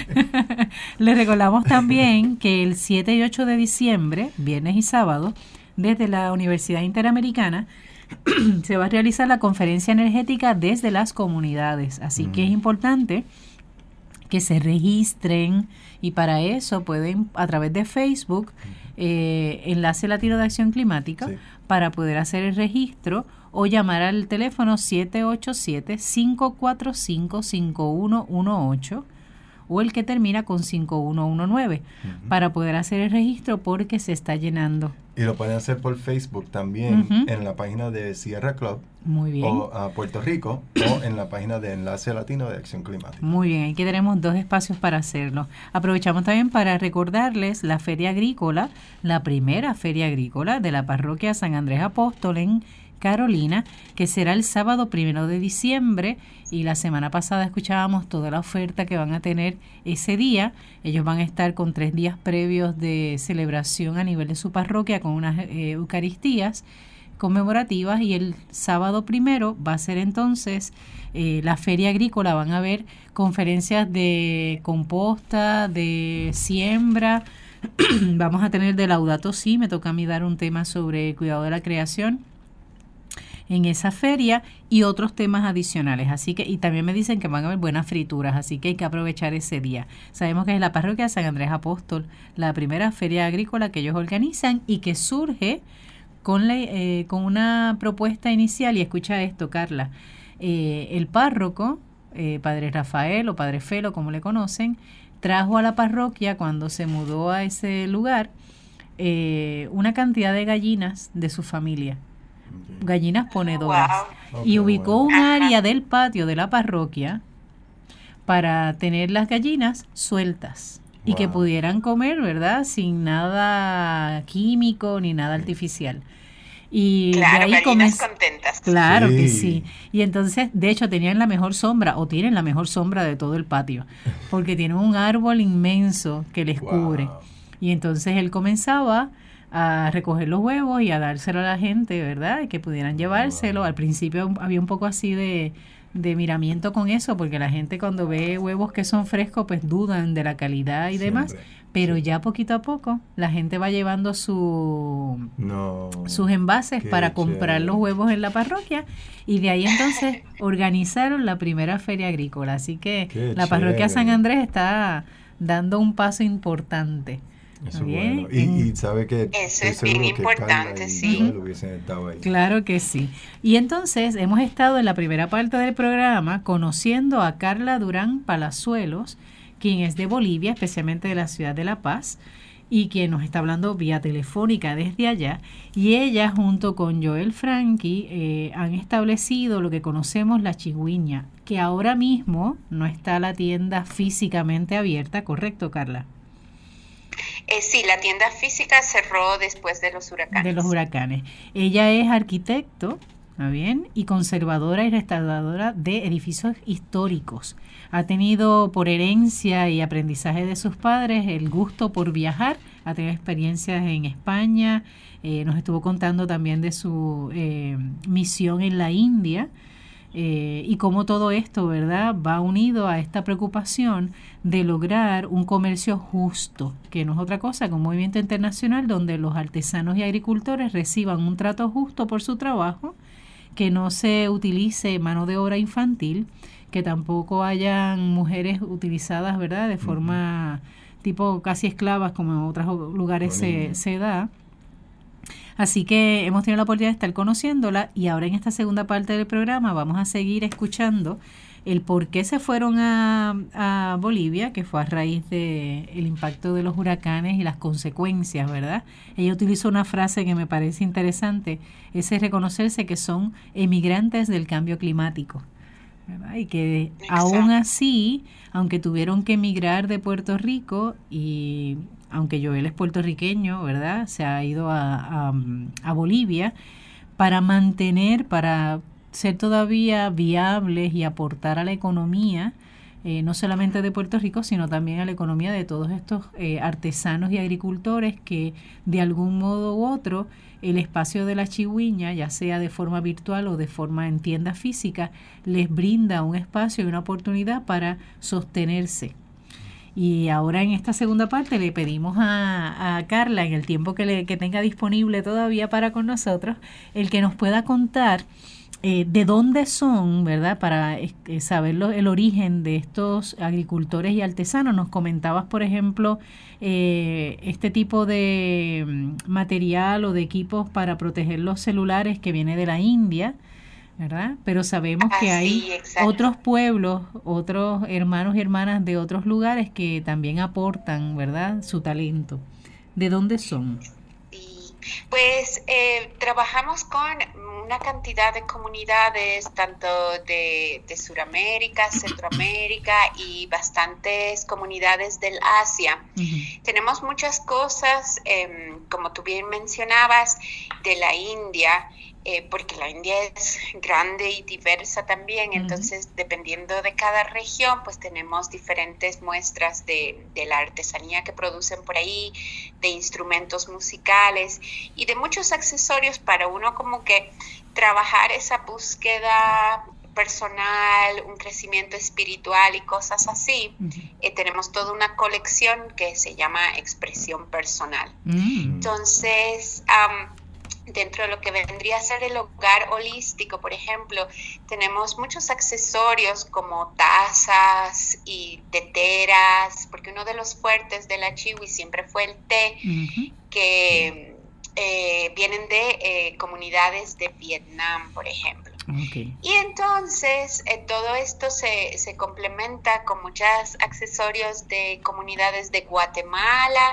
Le recordamos también que el siete y ocho de diciembre, viernes y sábado, desde la Universidad Interamericana, se va a realizar la conferencia energética desde las comunidades. Así que es importante que se registren, y para eso pueden, a través de Facebook, eh, Enlace Latino de Acción Climática, Sí. para poder hacer el registro o llamar al teléfono siete ocho siete, cinco cuatro cinco, cinco uno uno ocho o el que termina con cinco uno uno nueve Ujú. para poder hacer el registro, porque se está llenando. Y lo pueden hacer por Facebook también, Ujú. en la página de Sierra Club Muy bien. o a Puerto Rico, o en la página de Enlace Latino de Acción Climática. Muy bien, aquí tenemos dos espacios para hacerlo. Aprovechamos también para recordarles la Feria Agrícola, la primera Feria Agrícola de la Parroquia San Andrés Apóstol en Carolina, que será el sábado primero de diciembre, y la semana pasada escuchábamos toda la oferta que van a tener ese día. Ellos van a estar con tres días previos de celebración a nivel de su parroquia con unas eh, Eucaristías conmemorativas, y el sábado primero va a ser entonces eh, la Feria Agrícola. Van a haber conferencias de composta, de siembra. Vamos a tener de Laudato Si, me toca a mí dar un tema sobre el cuidado de la creación en esa feria, y otros temas adicionales. Así que, y también me dicen que van a haber buenas frituras, así que hay que aprovechar ese día. Sabemos que es la parroquia San Andrés Apóstol, la primera feria agrícola que ellos organizan, y que surge con, la, eh, con una propuesta inicial. Y escucha esto, Carla. Eh, el párroco, eh, Padre Rafael o Padre Felo, como le conocen, trajo a la parroquia, cuando se mudó a ese lugar, eh, una cantidad de gallinas de su familia, gallinas ponedoras. Wow. Y Okay, ubicó bueno. un área del patio de la parroquia para tener las gallinas sueltas y que Wow. pudieran comer, ¿verdad? Sin nada químico ni nada artificial. Y Claro, de ahí gallinas comenz- contentas. Claro Sí. que sí. Y entonces, de hecho, tenían la mejor sombra, o tienen la mejor sombra de todo el patio, porque tienen un árbol inmenso que les Wow. cubre. Y entonces él comenzaba a recoger los huevos y a dárselo a la gente, ¿verdad? Y que pudieran llevárselo. Wow. Al principio había un poco así de, de miramiento con eso, porque la gente cuando ve huevos que son frescos, pues dudan de la calidad y demás. Siempre. Pero Sí. ya poquito a poco la gente va llevando su No. sus envases Qué para comprar chévere. los huevos en la parroquia, y de ahí entonces organizaron la primera feria agrícola. Así que Qué la parroquia San chévere. Andrés está dando un paso importante. Eso ¿Está es bien? bueno. Y, En- y sabe que Eso estoy es bien seguro que importante, Carla y sí. Joel hubiesen estado ahí. Claro que sí. Y entonces hemos estado en la primera parte del programa conociendo a Carla Durán Palazuelos, quien es de Bolivia, especialmente de la ciudad de La Paz, y quien nos está hablando vía telefónica desde allá. Y ella, junto con Joel Franqui, eh, han establecido lo que conocemos la chigüiña, que ahora mismo no está la tienda físicamente abierta, ¿correcto, Carla? Eh, sí, la tienda física cerró después de los huracanes. De los huracanes. Ella es arquitecto, ¿está bien? Y conservadora y restauradora de edificios históricos. Ha tenido por herencia y aprendizaje de sus padres el gusto por viajar, ha tenido experiencias en España, eh, nos estuvo contando también de su eh, misión en la India. Eh, y cómo todo esto, ¿verdad?, va unido a esta preocupación de lograr un comercio justo, que no es otra cosa que un movimiento internacional donde los artesanos y agricultores reciban un trato justo por su trabajo, que no se utilice mano de obra infantil, que tampoco hayan mujeres utilizadas, ¿verdad?, de forma tipo casi esclavas como en otros lugares se, se da. Así que hemos tenido la oportunidad de estar conociéndola, y ahora en esta segunda parte del programa vamos a seguir escuchando el por qué se fueron a, a Bolivia, que fue a raíz del impacto de los huracanes y las consecuencias, ¿verdad? Ella utilizó una frase que me parece interesante, ese reconocerse que son emigrantes del cambio climático, ¿verdad? Y que Exacto. aún así, aunque tuvieron que emigrar de Puerto Rico, y aunque Joel es puertorriqueño, ¿verdad?, se ha ido a, a, a Bolivia para mantener, para ser todavía viables y aportar a la economía, eh, no solamente de Puerto Rico, sino también a la economía de todos estos eh, artesanos y agricultores que de algún modo u otro el espacio de la chigüiña, ya sea de forma virtual o de forma en tienda física, les brinda un espacio y una oportunidad para sostenerse. Y ahora en esta segunda parte le pedimos a, a Carla, en el tiempo que, le, que tenga disponible todavía para con nosotros, el que nos pueda contar eh, de dónde son, ¿verdad?, para eh, saber lo, el origen de estos agricultores y artesanos. Nos comentabas, por ejemplo, eh, este tipo de mm, material o de equipos para proteger los celulares que viene de la India, ¿verdad? Pero sabemos Ah, que hay sí, exacto. otros pueblos, otros hermanos y hermanas de otros lugares que también aportan, ¿verdad?, su talento. ¿De dónde son? Sí, pues eh, trabajamos con una cantidad de comunidades, tanto de, de Sudamérica, Centroamérica y bastantes comunidades del Asia. Uh-huh. Tenemos muchas cosas, eh, como tú bien mencionabas, de la India, eh, porque la India es grande y diversa también, Uh-huh. entonces dependiendo de cada región, pues tenemos diferentes muestras de, de la artesanía que producen por ahí, de instrumentos musicales y de muchos accesorios para uno como que trabajar esa búsqueda personal, un crecimiento espiritual y cosas así. Uh-huh. Eh, tenemos toda una colección que se llama Expresión Personal. Mm. Entonces, um, dentro de lo que vendría a ser el hogar holístico, por ejemplo, tenemos muchos accesorios como tazas y teteras, porque uno de los fuertes de la Chiwi siempre fue el té, Uh-huh. que eh, vienen de eh, comunidades de Vietnam, por ejemplo. Okay. Y entonces eh, todo esto se, se complementa con muchos accesorios de comunidades de Guatemala,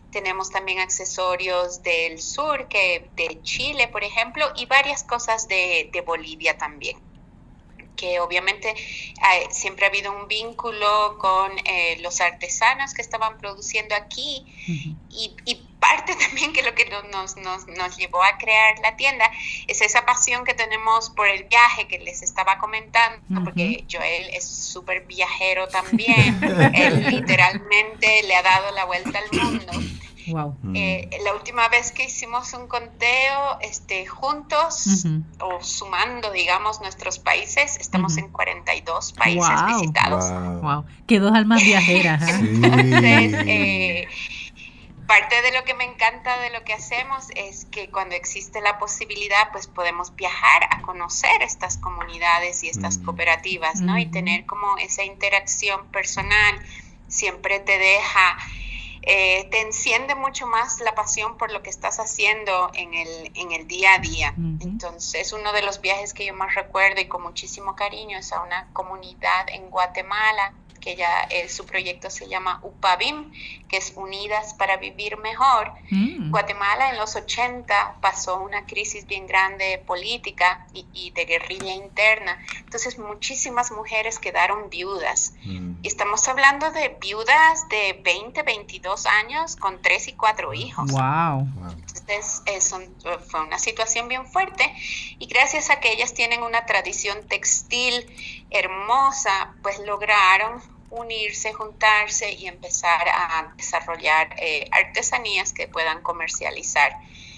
tenemos también accesorios del sur, que de Chile, por ejemplo, y varias cosas de, de Bolivia también, que obviamente eh, siempre ha habido un vínculo con eh, los artesanos que estaban produciendo aquí, uh-huh. y, y parte también que lo que nos, nos, nos llevó a crear la tienda es esa pasión que tenemos por el viaje que les estaba comentando, uh-huh. porque Joel es súper viajero también, él literalmente le ha dado la vuelta al mundo. Wow. Eh, la última vez que hicimos un conteo este, juntos, uh-huh. o sumando, digamos, nuestros países, estamos uh-huh. en cuarenta y dos países wow. visitados. Wow. Wow. Qué dos almas viajeras. ¿eh? Entonces, eh, parte de lo que me encanta de lo que hacemos es que cuando existe la posibilidad, pues podemos viajar a conocer estas comunidades y estas uh-huh. cooperativas, ¿no? Uh-huh. Y tener como esa interacción personal siempre te deja... Eh, te enciende mucho más la pasión por lo que estás haciendo en el, en el día a día. Uh-huh. Entonces, uno de los viajes que yo más recuerdo y con muchísimo cariño es a una comunidad en Guatemala, que ya eh, su proyecto se llama UPAVIM, que es Unidas para Vivir Mejor. Mm. Guatemala en los ochenta pasó una crisis bien grande política y, y de guerrilla interna. Entonces muchísimas mujeres quedaron viudas. Mm. Y estamos hablando de viudas de veinte, veintidós años con tres y cuatro hijos. Wow. Entonces eh, son, fue una situación bien fuerte, y gracias a que ellas tienen una tradición textil hermosa, pues lograron unirse, juntarse y empezar a desarrollar eh, artesanías que puedan comercializar.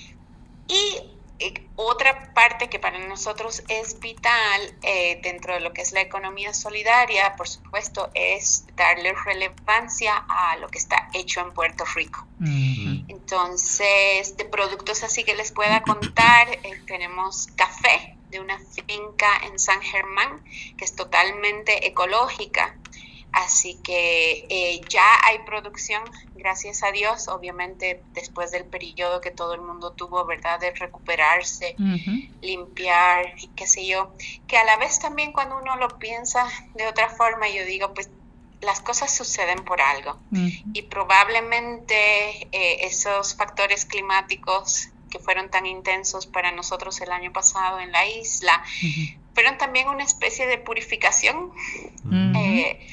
Y eh, otra parte que para nosotros es vital eh, dentro de lo que es la economía solidaria, por supuesto, es darle relevancia a lo que está hecho en Puerto Rico. Mm-hmm. Entonces, de productos así que les pueda contar, eh, tenemos café de una finca en San Germán, que es totalmente ecológica. Así que eh, ya hay producción, gracias a Dios, obviamente después del periodo que todo el mundo tuvo, ¿verdad?, de recuperarse, uh-huh. limpiar, y qué sé yo, que a la vez también cuando uno lo piensa de otra forma, yo digo, pues las cosas suceden por algo, uh-huh. y probablemente eh, esos factores climáticos que fueron tan intensos para nosotros el año pasado en la isla, uh-huh. fueron también una especie de purificación. Uh-huh. eh,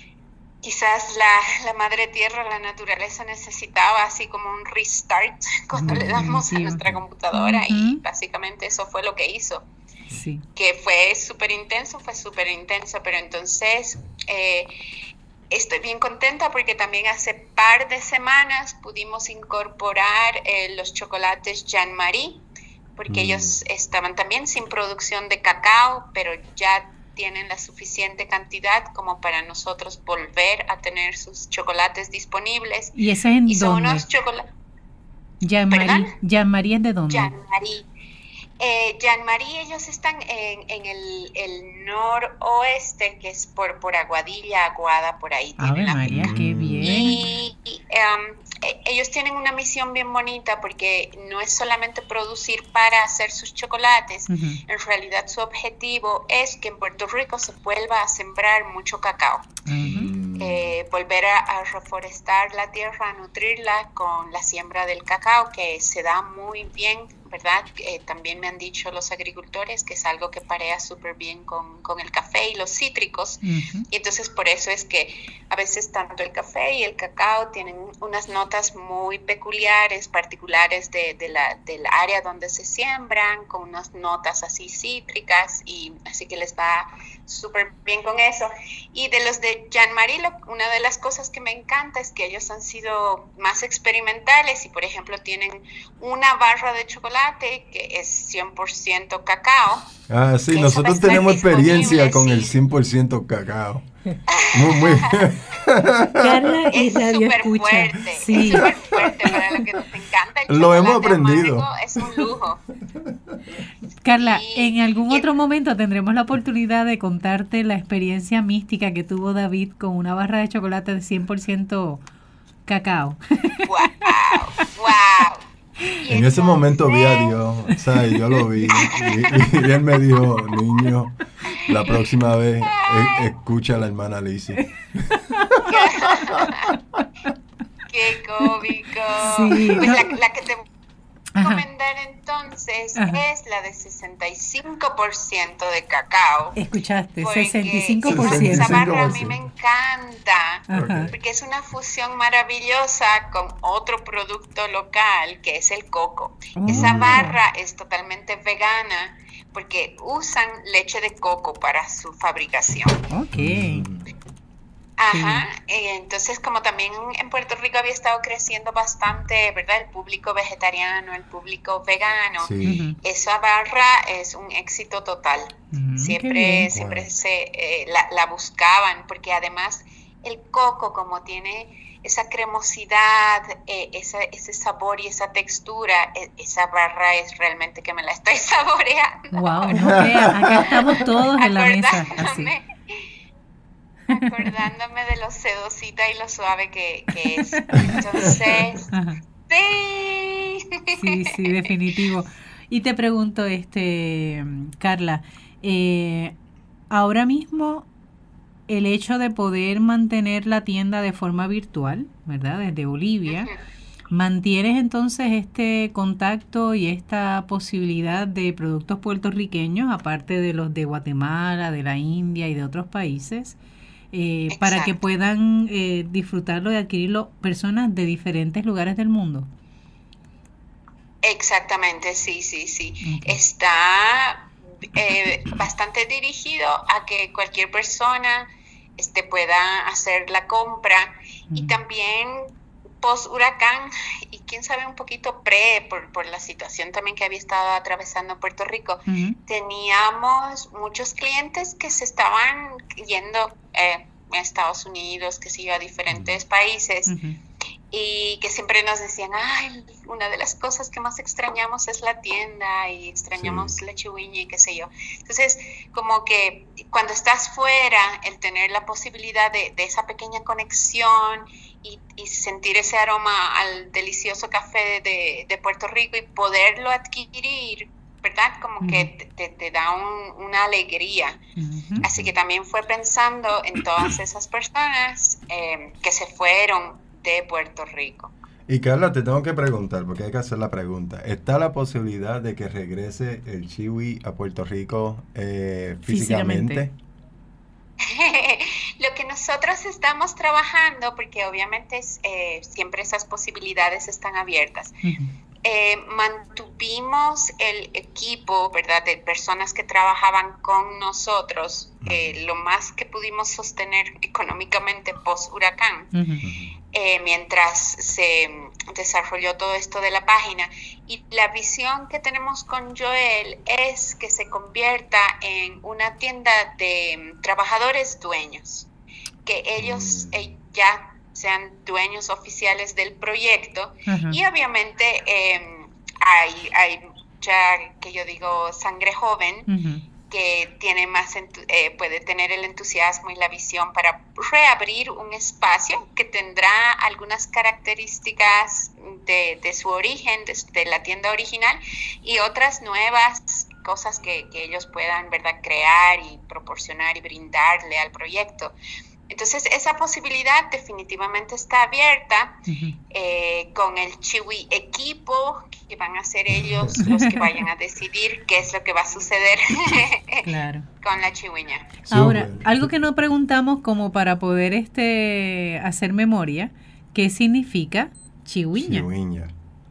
Quizás la, la madre tierra, la naturaleza necesitaba así como un restart cuando uh-huh. le damos a nuestra computadora, uh-huh. y básicamente eso fue lo que hizo. Sí. Que fue súper intenso, fue súper intenso, pero entonces eh, estoy bien contenta porque también hace par de semanas pudimos incorporar eh, los chocolates Jean-Marie, porque mm. ellos estaban también sin producción de cacao, pero ya tienen la suficiente cantidad como para nosotros volver a tener sus chocolates disponibles. ¿Y ese es en y son dónde? unos chocolates. Jean-Marie. Jean-Marie es de dónde? Jean-Marie. Eh, Jean-Marie, ellos están en, en el, el noroeste, que es por, por Aguadilla, Aguada, por ahí. Ave María, qué bien. Y, y um, eh, ellos tienen una misión bien bonita, porque no es solamente producir para hacer sus chocolates. Uh-huh. En realidad su objetivo es que en Puerto Rico se vuelva a sembrar mucho cacao. Uh-huh. eh, volver a, a reforestar la tierra, a nutrirla con la siembra del cacao, que se da muy bien, ¿verdad? Eh, también me han dicho los agricultores que es algo que parea súper bien con, con el café y los cítricos. Uh-huh. Y entonces por eso es que a veces tanto el café y el cacao tienen unas notas muy peculiares, particulares de, de la, del área donde se siembran, con unas notas así cítricas, y así que les va súper bien con eso. Y de los de Jean-Marie, una de las cosas que me encanta es que ellos han sido más experimentales, y por ejemplo tienen una barra de chocolate que es cien por ciento cacao. Ah, sí, nosotros tenemos experiencia con sí. el cien por ciento cacao. Muy, muy. Carla y es Radio súper Escucha. Fuerte, sí. Es súper fuerte para lo que nos encanta. El Lo hemos aprendido. Amargo es un lujo. Carla, y, en algún y, otro momento tendremos la oportunidad de contarte la experiencia mística que tuvo David con una barra de chocolate de cien por ciento cacao. ¡Wow! ¡Wow! En entonces, ese momento vi a Dios, o sea, yo lo vi, y, y, y él me dijo, niño, la próxima vez e- escucha a la hermana Lizzie. Qué, Qué cómico. Sí, pues no. la, la que te voy a Ajá. recomendar entonces Ajá. es la de sesenta y cinco por ciento de cacao. Escuchaste, Porque sesenta y cinco por esa- ciento. Esa barra a mí sesenta y cinco por ciento. me encanta. Ajá. Porque es una fusión maravillosa con otro producto local que es el coco. Oh. Esa barra es totalmente vegana porque usan leche de coco para su fabricación. Ok. Mm. Ajá, eh, entonces como también en Puerto Rico había estado creciendo bastante, ¿verdad? El público vegetariano, el público vegano. Sí. Ujú. Esa barra es un éxito total. Mm, qué Siempre, bien. siempre Wow. se eh, la, la buscaban porque además el coco como tiene esa cremosidad, eh, esa, ese sabor y esa textura, eh, esa barra es realmente que me la estoy saboreando. Wow, no creas, acá estamos todos en la mesa, así. Acordándome, acordándome de lo sedosita y lo suave que, que es. Entonces, Ajá. sí. Sí, sí, definitivo. Y te pregunto, este, Carla, eh, ahora mismo el hecho de poder mantener la tienda de forma virtual, ¿verdad? Desde Bolivia, Ujú. ¿mantienes entonces este contacto y esta posibilidad de productos puertorriqueños, aparte de los de Guatemala, de la India y de otros países, eh, para que Exacto. puedan eh, disfrutarlo y adquirirlo personas de diferentes lugares del mundo? Exactamente, sí, sí, sí. Ok. Está eh, bastante dirigido a que cualquier persona este, pueda hacer la compra y Mm. también post huracán y quién sabe un poquito pre por, por la situación también que había estado atravesando Puerto Rico. Ujú. Teníamos muchos clientes que se estaban yendo eh, a Estados Unidos, que sé yo, a diferentes países. Ujú. Y que siempre nos decían, ay, una de las cosas que más extrañamos es la tienda y extrañamos Sí. la chihuiña y qué sé yo. Entonces, como que cuando estás fuera, el tener la posibilidad de, de esa pequeña conexión y, y sentir ese aroma al delicioso café de, de Puerto Rico y poderlo adquirir, ¿verdad? Como Ujú. que te, te, te da un, una alegría. Ujú. Así que también fue pensando en todas esas personas eh, que se fueron de Puerto Rico. Y Carla, te tengo que preguntar, porque hay que hacer la pregunta. ¿Está la posibilidad de que regrese el Chiwi a Puerto Rico eh, físicamente? Físicamente. Lo que nosotros estamos trabajando, porque obviamente es, eh, siempre esas posibilidades están abiertas, Ujú. eh, mantuvimos el equipo, ¿verdad?, de personas que trabajaban con nosotros, eh, lo más que pudimos sostener económicamente post huracán. Ujú. Eh, mientras se desarrolló todo esto de la página. Y la visión que tenemos con Joel es que se convierta en una tienda de um, trabajadores dueños, que ellos Mm. eh, ya sean dueños oficiales del proyecto. Ajá. Y obviamente eh, hay, hay ya, que yo digo, sangre joven, Ujú. que tiene más entu- eh, puede tener el entusiasmo y la visión para reabrir un espacio que tendrá algunas características de, de su origen, de, de la tienda original, y otras nuevas cosas que, que ellos puedan, ¿verdad?, crear y proporcionar y brindarle al proyecto. Entonces esa posibilidad definitivamente está abierta, Ujú. eh, con el Chiwi equipo, que van a ser ellos los que vayan a decidir qué es lo que va a suceder Claro. con la chihuiña. Ahora, Súper. algo que no preguntamos como para poder este hacer memoria, ¿qué significa chihuiña? Chihuiña.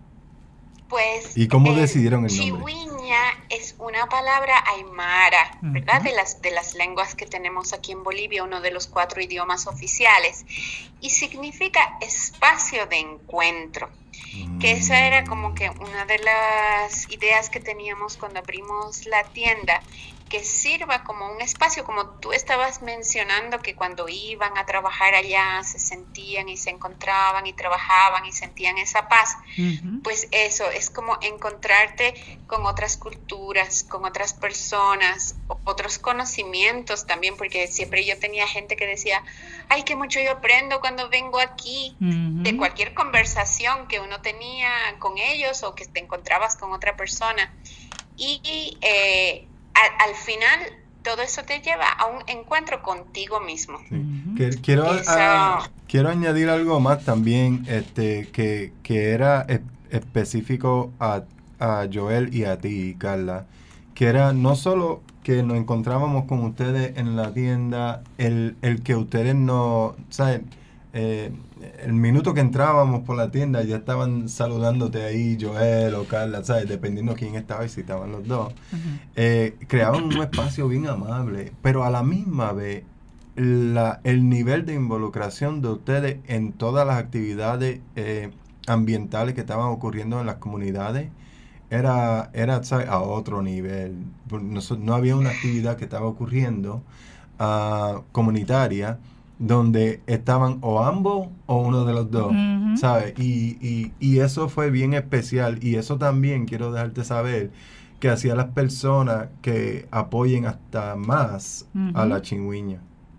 Pues ¿Y cómo el decidieron el nombre? chihuiña es una palabra aymara, ¿verdad? Ujú. De las, de las lenguas que tenemos aquí en Bolivia, uno de los cuatro idiomas oficiales, y significa espacio de encuentro. Que esa era como que una de las ideas que teníamos cuando abrimos la tienda, que sirva como un espacio, como tú estabas mencionando, que cuando iban a trabajar allá se sentían y se encontraban y trabajaban y sentían esa paz. Ujú. Pues eso, es como encontrarte con otras culturas, con otras personas, o- otros conocimientos también, porque siempre yo tenía gente que decía, ay, qué mucho yo aprendo cuando vengo aquí, Ujú. de cualquier conversación que uno tenía con ellos o que te encontrabas con otra persona. Y eh, al, al final todo eso te lleva a un encuentro contigo mismo. Sí. Ujú. Que- Quiero, Eso. ah, quiero quiero añadir algo más también, este, que, que era es, específico a, a Joel y a ti, Carla, que era no solo que nos encontrábamos con ustedes en la tienda, el, el que ustedes no, ¿saben? Eh, el minuto que entrábamos por la tienda ya estaban saludándote ahí, Joel o Carla, ¿sabes? Dependiendo quién estaba y si estaban los dos. Uh-huh. Eh, creaban un espacio bien amable, pero a la misma vez la, el nivel de involucración de ustedes en todas las actividades eh, ambientales que estaban ocurriendo en las comunidades era, era ¿sabes? A otro nivel. No, no había una actividad que estaba ocurriendo uh, comunitaria donde estaban o ambos o uno de los dos, uh-huh. ¿sabes? Y, y, y eso fue bien especial, y eso también quiero dejarte saber que hacía las personas que apoyen hasta más uh-huh. a la chigüeña.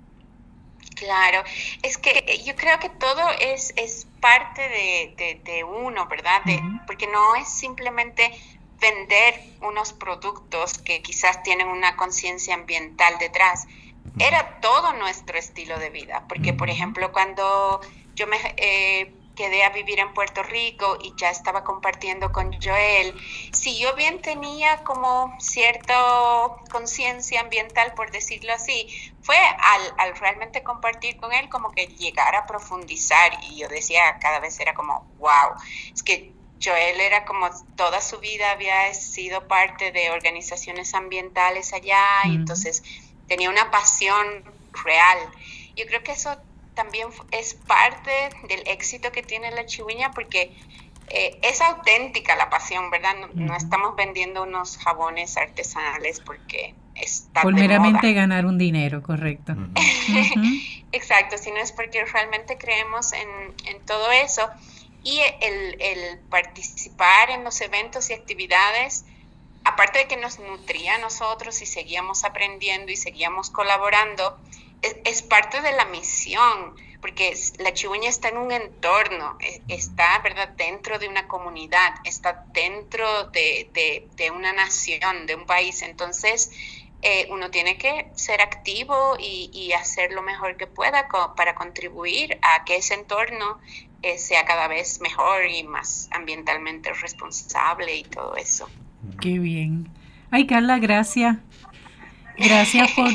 Claro, es que yo creo que todo es, es parte de, de, de uno, ¿verdad? De, uh-huh. Porque no es simplemente vender unos productos que quizás tienen una conciencia ambiental detrás. Era todo nuestro estilo de vida, porque por ejemplo cuando yo me eh, quedé a vivir en Puerto Rico y ya estaba compartiendo con Joel, si yo bien tenía como cierta conciencia ambiental, por decirlo así, fue al, al realmente compartir con él como que llegar a profundizar, y yo decía, cada vez era como, wow, es que Joel era como toda su vida había sido parte de organizaciones ambientales allá, mm. y entonces tenía una pasión real. Yo creo que eso también es parte del éxito que tiene la chigüeña, porque eh, es auténtica la pasión, ¿verdad? No, no estamos vendiendo unos jabones artesanales porque está por de meramente moda. Ganar un dinero, correcto. Uh-huh. Uh-huh. Exacto, sino es porque realmente creemos en, en todo eso. Y el, el participar en los eventos y actividades, aparte de que nos nutría a nosotros y seguíamos aprendiendo y seguíamos colaborando, es, es parte de la misión, porque es, la chigüeña está en un entorno, está, ¿verdad?, dentro de una comunidad, está dentro de, de, de una nación, de un país. Entonces, eh, uno tiene que ser activo y, y hacer lo mejor que pueda co- para contribuir a que ese entorno eh, sea cada vez mejor y más ambientalmente responsable y todo eso. Qué bien. Ay, Carla, gracias. Gracias por,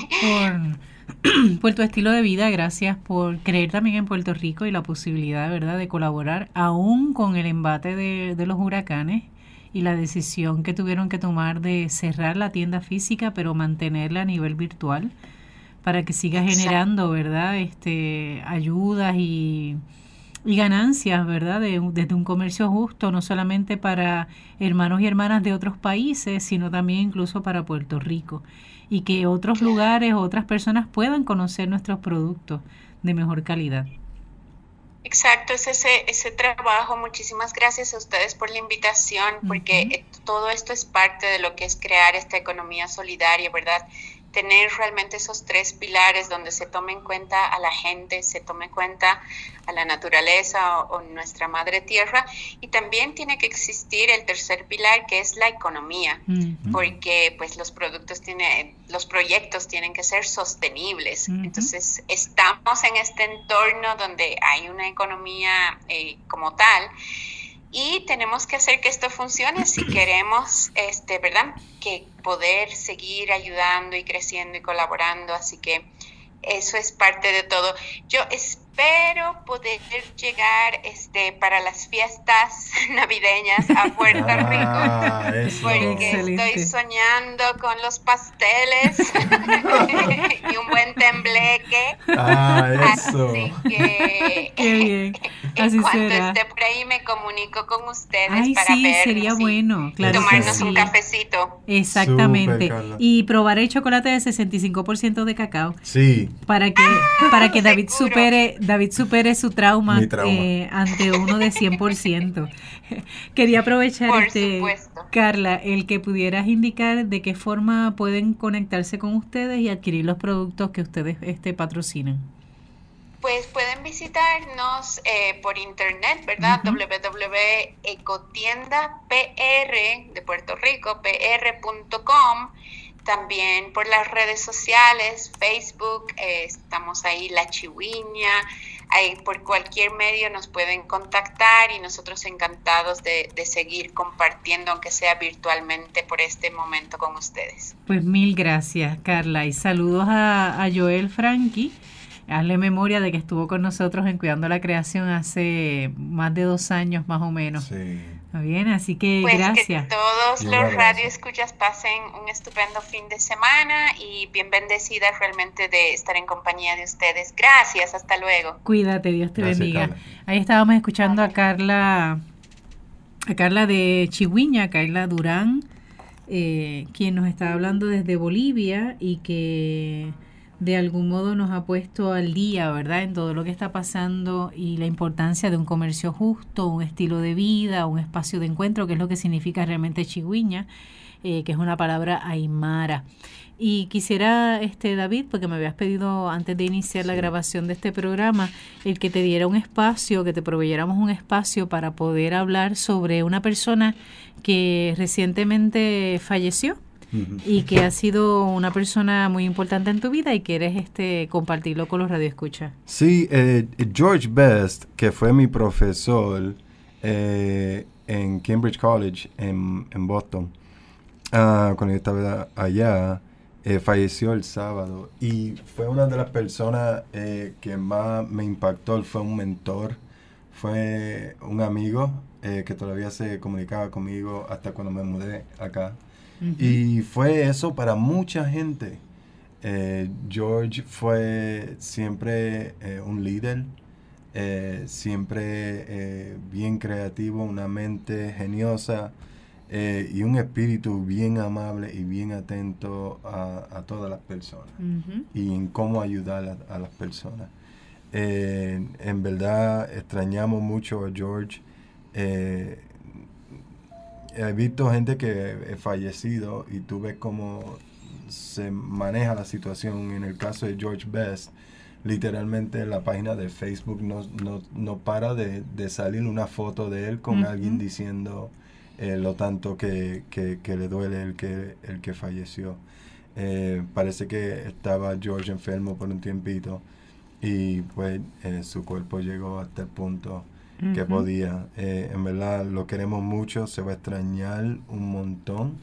por, por tu estilo de vida, gracias por creer también en Puerto Rico y la posibilidad, ¿verdad?, de colaborar, aún con el embate de, de los huracanes y la decisión que tuvieron que tomar de cerrar la tienda física, pero mantenerla a nivel virtual, para que siga generando, ¿verdad?, este, ayudas y... y ganancias, ¿verdad?, de, desde un comercio justo, no solamente para hermanos y hermanas de otros países, sino también incluso para Puerto Rico, y que otros lugares, otras personas puedan conocer nuestros productos de mejor calidad. Exacto, es ese, ese trabajo. Muchísimas gracias a ustedes por la invitación, porque uh-huh. todo esto es parte de lo que es crear esta economía solidaria, ¿verdad? Tener realmente esos tres pilares donde se tome en cuenta a la gente, se tome en cuenta a la naturaleza o, o nuestra madre tierra, y también tiene que existir el tercer pilar, que es la economía, uh-huh. porque pues los productos tienen, los proyectos tienen que ser sostenibles. Uh-huh. Entonces estamos en este entorno donde hay una economía eh, como tal, y tenemos que hacer que esto funcione si queremos, este, ¿verdad?, que poder seguir ayudando y creciendo y colaborando. Así que eso es parte de todo. Yo espero poder llegar este, para las fiestas navideñas a Puerto ah, Rico, eso. porque Excelente. Estoy soñando con los pasteles y un buen tembleque. Ah, eso. Así que Qué bien. Así en cuanto será. esté por ahí me comunico con ustedes. Ay, para sí, vernos sería y bueno, claro que tomarnos sí. un cafecito. Exactamente. Súper, Carla. Y probar el chocolate de sesenta y cinco por ciento de cacao. Sí. Para que para que David Seguro. supere David supere su trauma, Mi trauma. Eh, ante uno de cien por ciento. Quería aprovechar, Por este supuesto. Carla, el que pudieras indicar de qué forma pueden conectarse con ustedes y adquirir los productos que ustedes este patrocinan. Pues pueden visitarnos eh, por internet, ¿verdad? Uh-huh. w w w punto ecotienda p r de Puerto Rico, p r punto com. También por las redes sociales, Facebook, eh, estamos ahí, La Chigüeña. ahí por cualquier medio nos pueden contactar y nosotros encantados de, de seguir compartiendo, aunque sea virtualmente, por este momento con ustedes. Pues mil gracias, Carla, y saludos a, a Joel Frankie. Hazle memoria de que estuvo con nosotros en Cuidando la Creación hace más de dos años más o menos. Sí. Está bien, así que pues gracias. Que todos Y los radioescuchas pasen un estupendo fin de semana y bien bendecidas realmente de estar en compañía de ustedes. Gracias, hasta luego. Cuídate, Dios te Gracias, bendiga. Carla. Ahí estábamos escuchando a Carla, a Carla de Chihuiña, Carla Durán, eh, quien nos está hablando desde Bolivia y que de algún modo nos ha puesto al día, ¿verdad?, en todo lo que está pasando y la importancia de un comercio justo, un estilo de vida, un espacio de encuentro, que es lo que significa realmente Chihuiña, eh, que es una palabra aymara. Y quisiera, este David, porque me habías pedido antes de iniciar sí. la grabación de este programa, el que te diera un espacio, que te proveyéramos un espacio para poder hablar sobre una persona que recientemente falleció. Y que ha sido una persona muy importante en tu vida y quieres este compartirlo con los radioescuchas. Sí, eh, George Best, que fue mi profesor eh, en Cambridge College, en, en Boston, uh, cuando yo estaba allá, eh, falleció el sábado. Y fue una de las personas eh, que más me impactó, fue un mentor, fue un amigo eh, que todavía se comunicaba conmigo hasta cuando me mudé acá. Uh-huh. Y fue eso para mucha gente. Eh, George fue siempre eh, un líder, eh, siempre eh, bien creativo, una mente geniosa eh, y un espíritu bien amable y bien atento a, a todas las personas uh-huh. y en cómo ayudar a, a las personas. Eh, en verdad extrañamos mucho a George. Eh, He visto gente que he fallecido y tú ves cómo se maneja la situación. En el caso de George Best, literalmente la página de Facebook no, no, no para de, de salir una foto de él con uh-huh. alguien diciendo eh, lo tanto que, que, que le duele el que, el que falleció. Eh, parece que estaba George enfermo por un tiempito y pues eh, su cuerpo llegó hasta el punto que podía. Eh, en verdad lo queremos mucho, se va a extrañar un montón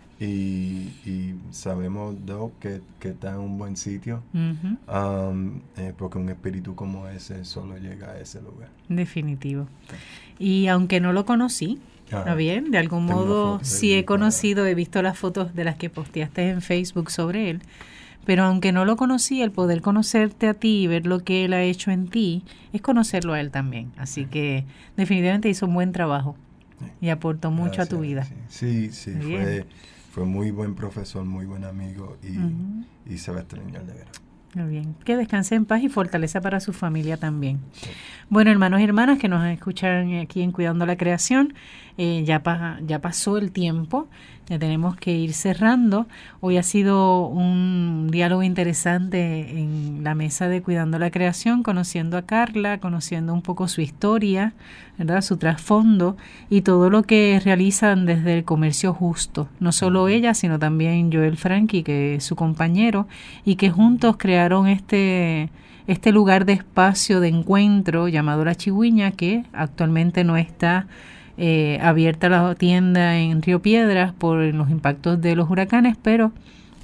y, y sabemos ¿no? que, que está en un buen sitio uh-huh. um, eh, porque un espíritu como ese solo llega a ese lugar. Definitivo. Y aunque no lo conocí, ¿está bien? De algún modo sí he conocido, he visto las fotos de las que posteaste en Facebook sobre él. Pero aunque no lo conocí, el poder conocerte a ti y ver lo que él ha hecho en ti, es conocerlo a él también. Así que definitivamente hizo un buen trabajo y aportó mucho Gracias, a tu vida. Sí, sí, sí fue, fue muy buen profesor, muy buen amigo y, uh-huh. y se va a extrañar de verdad. Muy bien, que descanse en paz y fortaleza para su familia también. Sí. Bueno, hermanos y hermanas que nos escuchan aquí en Cuidando la Creación, eh, ya, pa, ya pasó el tiempo, ya tenemos que ir cerrando. Hoy ha sido un diálogo interesante en la mesa de Cuidando la Creación, conociendo a Carla, conociendo un poco su historia, ¿verdad? Su trasfondo y todo lo que realizan desde el comercio justo. No solo ella, sino también Joel Frankie, que es su compañero, y que juntos crearon este, este lugar de espacio de encuentro llamado La Chihuiña, que actualmente no está Eh, abierta la tienda en Río Piedras por los impactos de los huracanes, pero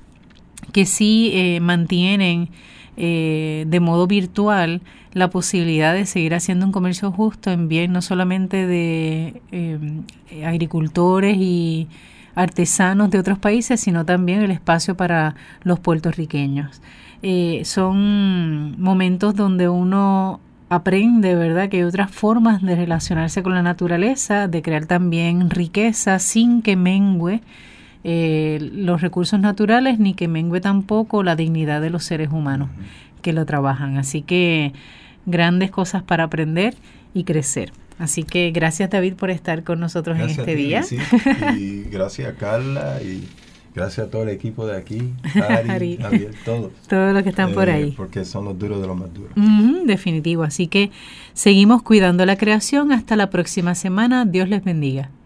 que sí eh, mantienen eh, de modo virtual la posibilidad de seguir haciendo un comercio justo en bien no solamente de eh, agricultores y artesanos de otros países, sino también el espacio para los puertorriqueños. Eh, son momentos donde uno aprende, ¿verdad?, que hay otras formas de relacionarse con la naturaleza, de crear también riqueza sin que mengue eh, los recursos naturales, ni que mengue tampoco la dignidad de los seres humanos uh-huh. que lo trabajan. Así que grandes cosas para aprender y crecer. Así que gracias, David, por estar con nosotros gracias en este a ti, día. Sí, y gracias a Carla y gracias a todo el equipo de aquí, Ari, Javier, todos. Todos los que están eh, por ahí. Porque son los duros de los más duros. Uh-huh, definitivo. Así que seguimos cuidando la creación. Hasta la próxima semana. Dios les bendiga.